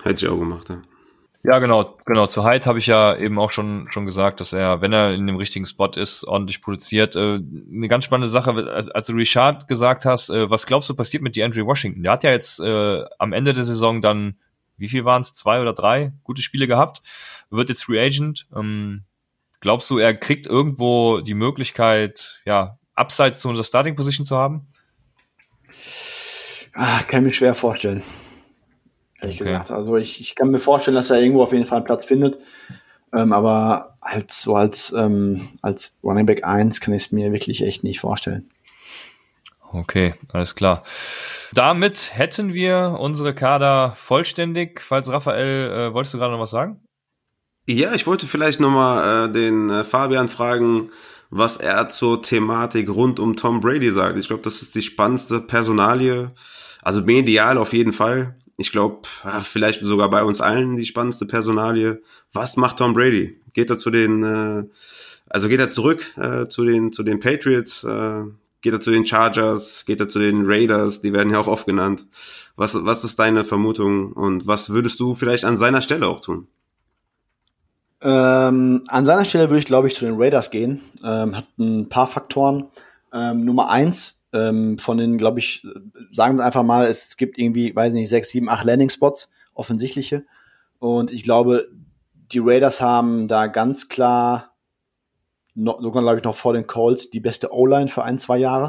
Hätte ich auch gemacht, ja. Ja, genau, genau. Zu Hyde habe ich ja eben auch schon schon gesagt, dass er, wenn er in dem richtigen Spot ist, ordentlich produziert. Äh, eine ganz spannende Sache, als, als du Richard gesagt hast, äh, was glaubst du passiert mit DeAndre Washington? Der hat ja jetzt äh, am Ende der Saison dann, wie viel waren es, zwei oder drei gute Spiele gehabt, wird jetzt Free Agent. Ähm, glaubst du, er kriegt irgendwo die Möglichkeit, ja, abseits zu unserer Starting Position zu haben? Ach, kann ich mir schwer vorstellen. Ehrlich Okay. gesagt. Also ich, ich kann mir vorstellen, dass er irgendwo auf jeden Fall einen Platz findet. Ähm, aber als so als, ähm, als Running Back eins kann ich es mir wirklich echt nicht vorstellen. Okay, alles klar. Damit hätten wir unsere Kader vollständig. Falls Raphael, äh, wolltest du gerade noch was sagen? Ja, ich wollte vielleicht nochmal äh, den äh, Fabian fragen, was er zur Thematik rund um Tom Brady sagt. Ich glaube, das ist die spannendste Personalie, also medial auf jeden Fall. Ich glaube, vielleicht sogar bei uns allen die spannendste Personalie. Was macht Tom Brady? Geht er zu den, äh, also geht er zurück äh, zu den zu den Patriots? Äh, geht er zu den Chargers? Geht er zu den Raiders? Die werden ja auch oft genannt. Was was ist deine Vermutung und was würdest du vielleicht an seiner Stelle auch tun? Ähm, an seiner Stelle würde ich, glaube ich, zu den Raiders gehen. Ähm, hat ein paar Faktoren. Ähm, Nummer eins, ähm, von den, glaube ich, sagen wir einfach mal, es gibt irgendwie, weiß nicht, sechs, sieben, acht Landing-Spots, offensichtliche. Und ich glaube, die Raiders haben da ganz klar, noch, sogar, glaube ich, noch vor den Colts, die beste O-Line für ein, zwei Jahre.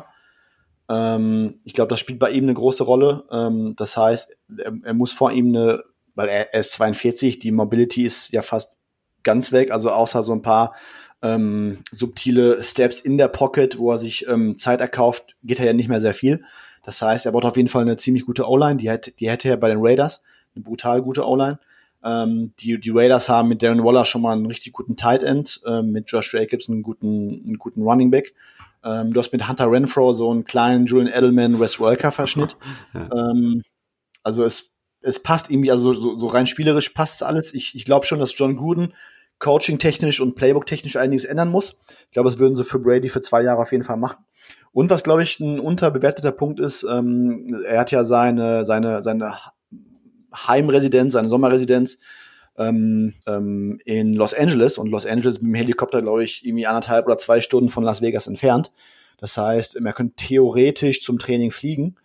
Ähm, ich glaube, das spielt bei ihm eine große Rolle. Ähm, das heißt, er, er muss vor ihm eine, weil er, er ist zweiundvierzig, die Mobility ist ja fast ganz weg, also außer so ein paar ähm, subtile Steps in der Pocket, wo er sich ähm, Zeit erkauft, geht er ja nicht mehr sehr viel. Das heißt, er braucht auf jeden Fall eine ziemlich gute O-Line, die hätte, die hätte er bei den Raiders, eine brutal gute O-Line. Ähm, die, die Raiders haben mit Darren Waller schon mal einen richtig guten Tight End, ähm, mit Josh Jacobs einen guten, einen guten Running Back. Ähm, du hast mit Hunter Renfrow so einen kleinen Julian Edelman, Wes Welker-Verschnitt. Ja. Ähm, also es, es passt irgendwie, also so, so rein spielerisch passt alles. Ich, ich glaube schon, dass John Gruden coaching-technisch und Playbook-technisch einiges ändern muss. Ich glaube, das würden sie für Brady für zwei Jahre auf jeden Fall machen. Und was, glaube ich, ein unterbewerteter Punkt ist, ähm, er hat ja seine, seine, seine Heimresidenz, seine Sommerresidenz ähm, ähm, in Los Angeles. Und Los Angeles mit dem Helikopter, glaube ich, irgendwie anderthalb oder zwei Stunden von Las Vegas entfernt. Das heißt, er könnte theoretisch zum Training fliegen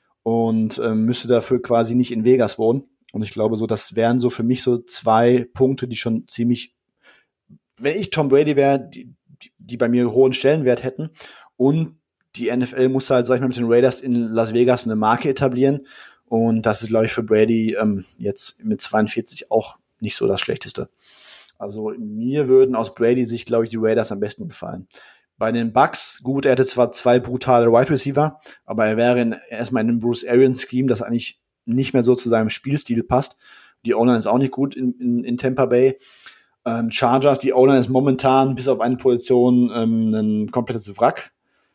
und ähm, müsste dafür quasi nicht in Vegas wohnen. Und ich glaube, so, das wären so für mich so zwei Punkte, die schon ziemlich, wenn ich Tom Brady wäre, die, die bei mir hohen Stellenwert hätten. Und die N F L muss halt, sag ich mal, mit den Raiders in Las Vegas eine Marke etablieren. Und das ist, glaube ich, für Brady ähm, jetzt mit zweiundvierzig auch nicht so das Schlechteste. Also mir würden aus Brady sich, glaube ich, die Raiders am besten gefallen. Bei den Bucks, gut, er hätte zwar zwei brutale Wide Receiver, aber er wäre in, erstmal in einem Bruce Arians Scheme, das eigentlich nicht mehr so zu seinem Spielstil passt. Die O-Line ist auch nicht gut in, in, in Tampa Bay. Ähm, Chargers, die O-Line ist momentan bis auf eine Position ähm, ein komplettes Wrack.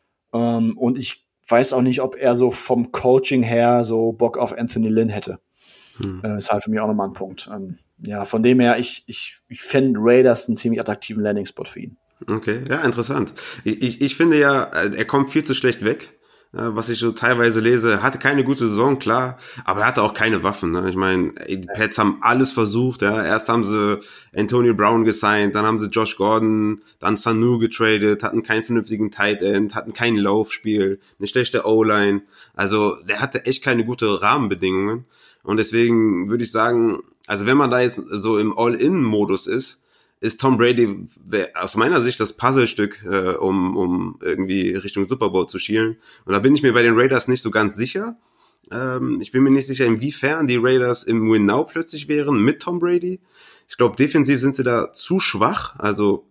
Ähm, und ich weiß auch nicht, ob er so vom Coaching her so Bock auf Anthony Lynn hätte. Hm. Äh, ist halt für mich auch nochmal ein Punkt. Ähm, ja, von dem her, ich, ich, ich fände Raiders einen ziemlich attraktiven Landing-Spot für ihn. Okay, ja, interessant. Ich, ich, ich finde ja, er kommt viel zu schlecht weg. Was ich so teilweise lese, hatte keine gute Saison, klar, aber er hatte auch keine Waffen. Ne? Ich meine, die Pats haben alles versucht. Ja. Erst haben sie Antonio Brown gesigned, dann haben sie Josh Gordon, dann Sanu getradet, hatten keinen vernünftigen Tight End, hatten kein Laufspiel, eine schlechte O-Line. Also der hatte echt keine gute Rahmenbedingungen. Und deswegen würde ich sagen, also wenn man da jetzt so im All-In-Modus ist, ist Tom Brady aus meiner Sicht das Puzzlestück, äh, um, um irgendwie Richtung Super Bowl zu schielen. Und da bin ich mir bei den Raiders nicht so ganz sicher. Ähm, ich bin mir nicht sicher, inwiefern die Raiders im Win-Now plötzlich wären mit Tom Brady. Ich glaube, defensiv sind sie da zu schwach. Also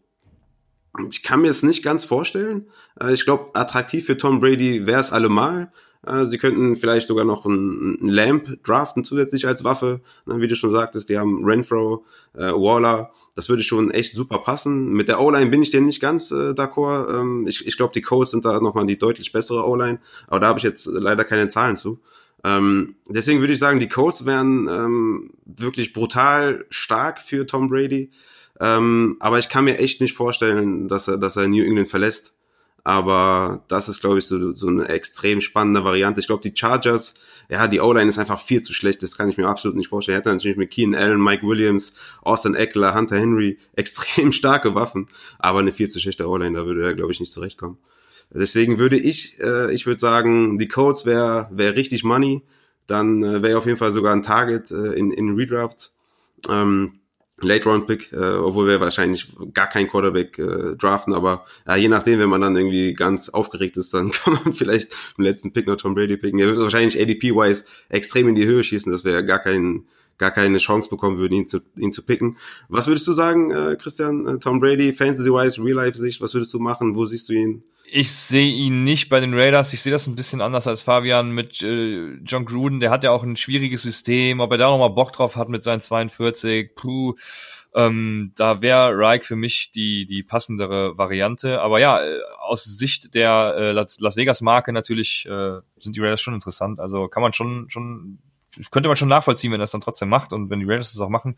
ich kann mir es nicht ganz vorstellen. Äh, ich glaube, attraktiv für Tom Brady wäre es allemal. Sie könnten vielleicht sogar noch einen, einen Lamp draften zusätzlich als Waffe. Wie du schon sagtest, die haben Renfrow, äh, Waller. Das würde schon echt super passen. Mit der O-Line bin ich dir nicht ganz äh, d'accord. Ähm, ich ich glaube, die Colts sind da nochmal die deutlich bessere O-Line. Aber da habe ich jetzt leider keine Zahlen zu. Ähm, deswegen würde ich sagen, die Colts wären ähm, wirklich brutal stark für Tom Brady. Ähm, aber ich kann mir echt nicht vorstellen, dass er, dass er New England verlässt. aber das ist, glaube ich, so, so eine extrem spannende Variante. Ich glaube, die Chargers, ja, die O-Line ist einfach viel zu schlecht, das kann ich mir absolut nicht vorstellen. Er hätte natürlich mit Keenan Allen, Mike Williams, Austin Eckler, Hunter Henry extrem starke Waffen, aber eine viel zu schlechte O-Line, da würde er, glaube ich, nicht zurechtkommen. Deswegen würde ich, äh, ich würde sagen, die Colts wäre wär richtig Money, dann äh, wäre auf jeden Fall sogar ein Target äh, in, in Redrafts. Ähm, Late-Round-Pick, äh, obwohl wir wahrscheinlich gar keinen Quarterback äh, draften, aber ja, je nachdem, wenn man dann irgendwie ganz aufgeregt ist, dann kann man vielleicht im letzten Pick noch Tom Brady picken. Er wird wahrscheinlich A D P-wise extrem in die Höhe schießen, dass wir ja gar keinen gar keine Chance bekommen würden, ihn zu ihn zu picken. Was würdest du sagen, äh, Christian? Äh, Tom Brady, Fantasy-wise, Real-Life-Sicht, was würdest du machen? Wo siehst du ihn? Ich sehe ihn nicht bei den Raiders. Ich sehe das ein bisschen anders als Fabian mit äh, John Gruden. Der hat ja auch ein schwieriges System. Ob er da nochmal Bock drauf hat mit seinen zweiundvierzig, puh, ähm, da wäre Reich für mich die die passendere Variante. Aber ja, äh, aus Sicht der äh, Las, Las Vegas-Marke natürlich äh, sind die Raiders schon interessant. Also kann man schon schon könnte man schon nachvollziehen, wenn er es dann trotzdem macht und wenn die Raiders das auch machen.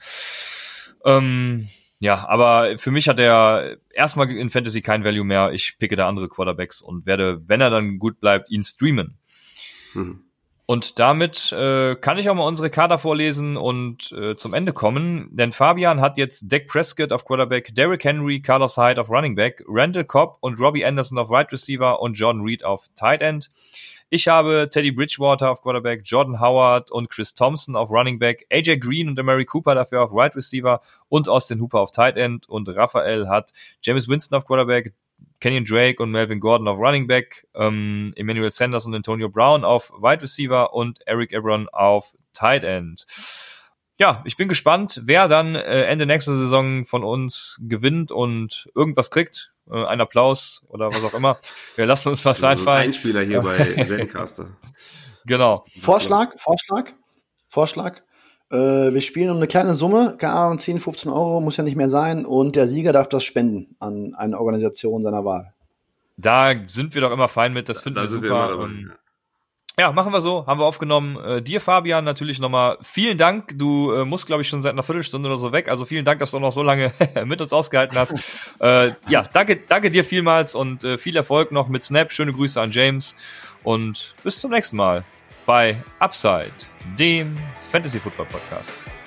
Ähm, Ja, aber für mich hat er erstmal in Fantasy kein Value mehr. Ich picke da andere Quarterbacks und werde, wenn er dann gut bleibt, ihn streamen. Mhm. Und damit äh, kann ich auch mal unsere Kader vorlesen und äh, zum Ende kommen. Denn Fabian hat jetzt Dak Prescott auf Quarterback, Derrick Henry, Carlos Hyde auf Running Back, Randall Cobb und Robbie Anderson auf Wide Receiver und Jordan Reed auf Tight End. Ich habe Teddy Bridgewater auf Quarterback, Jordan Howard und Chris Thompson auf Running Back, A J Green und Amari Cooper dafür auf Wide Receiver und Austin Hooper auf Tight End und Raphael hat Jameis Winston auf Quarterback, Kenyon Drake und Melvin Gordon auf Running Back, ähm, Emmanuel Sanders und Antonio Brown auf Wide Receiver und Eric Ebron auf Tight End. Ja, ich bin gespannt, wer dann äh, Ende nächster Saison von uns gewinnt und irgendwas kriegt. Äh, ein Applaus oder was auch immer. Wir lassen uns was also einfallen. Ein Spieler hier bei Zencaster. Genau. Vorschlag, Vorschlag, Vorschlag. Äh, wir spielen um eine kleine Summe, keine Ahnung, zehn, fünfzehn Euro, muss ja nicht mehr sein. Und der Sieger darf das spenden an eine Organisation seiner Wahl. Da sind wir doch immer fein mit, das finden da wir sind super. Wir immer dabei, und ja. Ja, machen wir so, haben wir aufgenommen. Äh, dir, Fabian, natürlich nochmal vielen Dank. Du äh, musst, glaube ich, schon seit einer Viertelstunde oder so weg. Also vielen Dank, dass du auch noch so lange mit uns ausgehalten hast. äh, ja, danke, danke dir vielmals und äh, viel Erfolg noch mit Snap. Schöne Grüße an James und bis zum nächsten Mal bei Upside, dem Fantasy Football Podcast.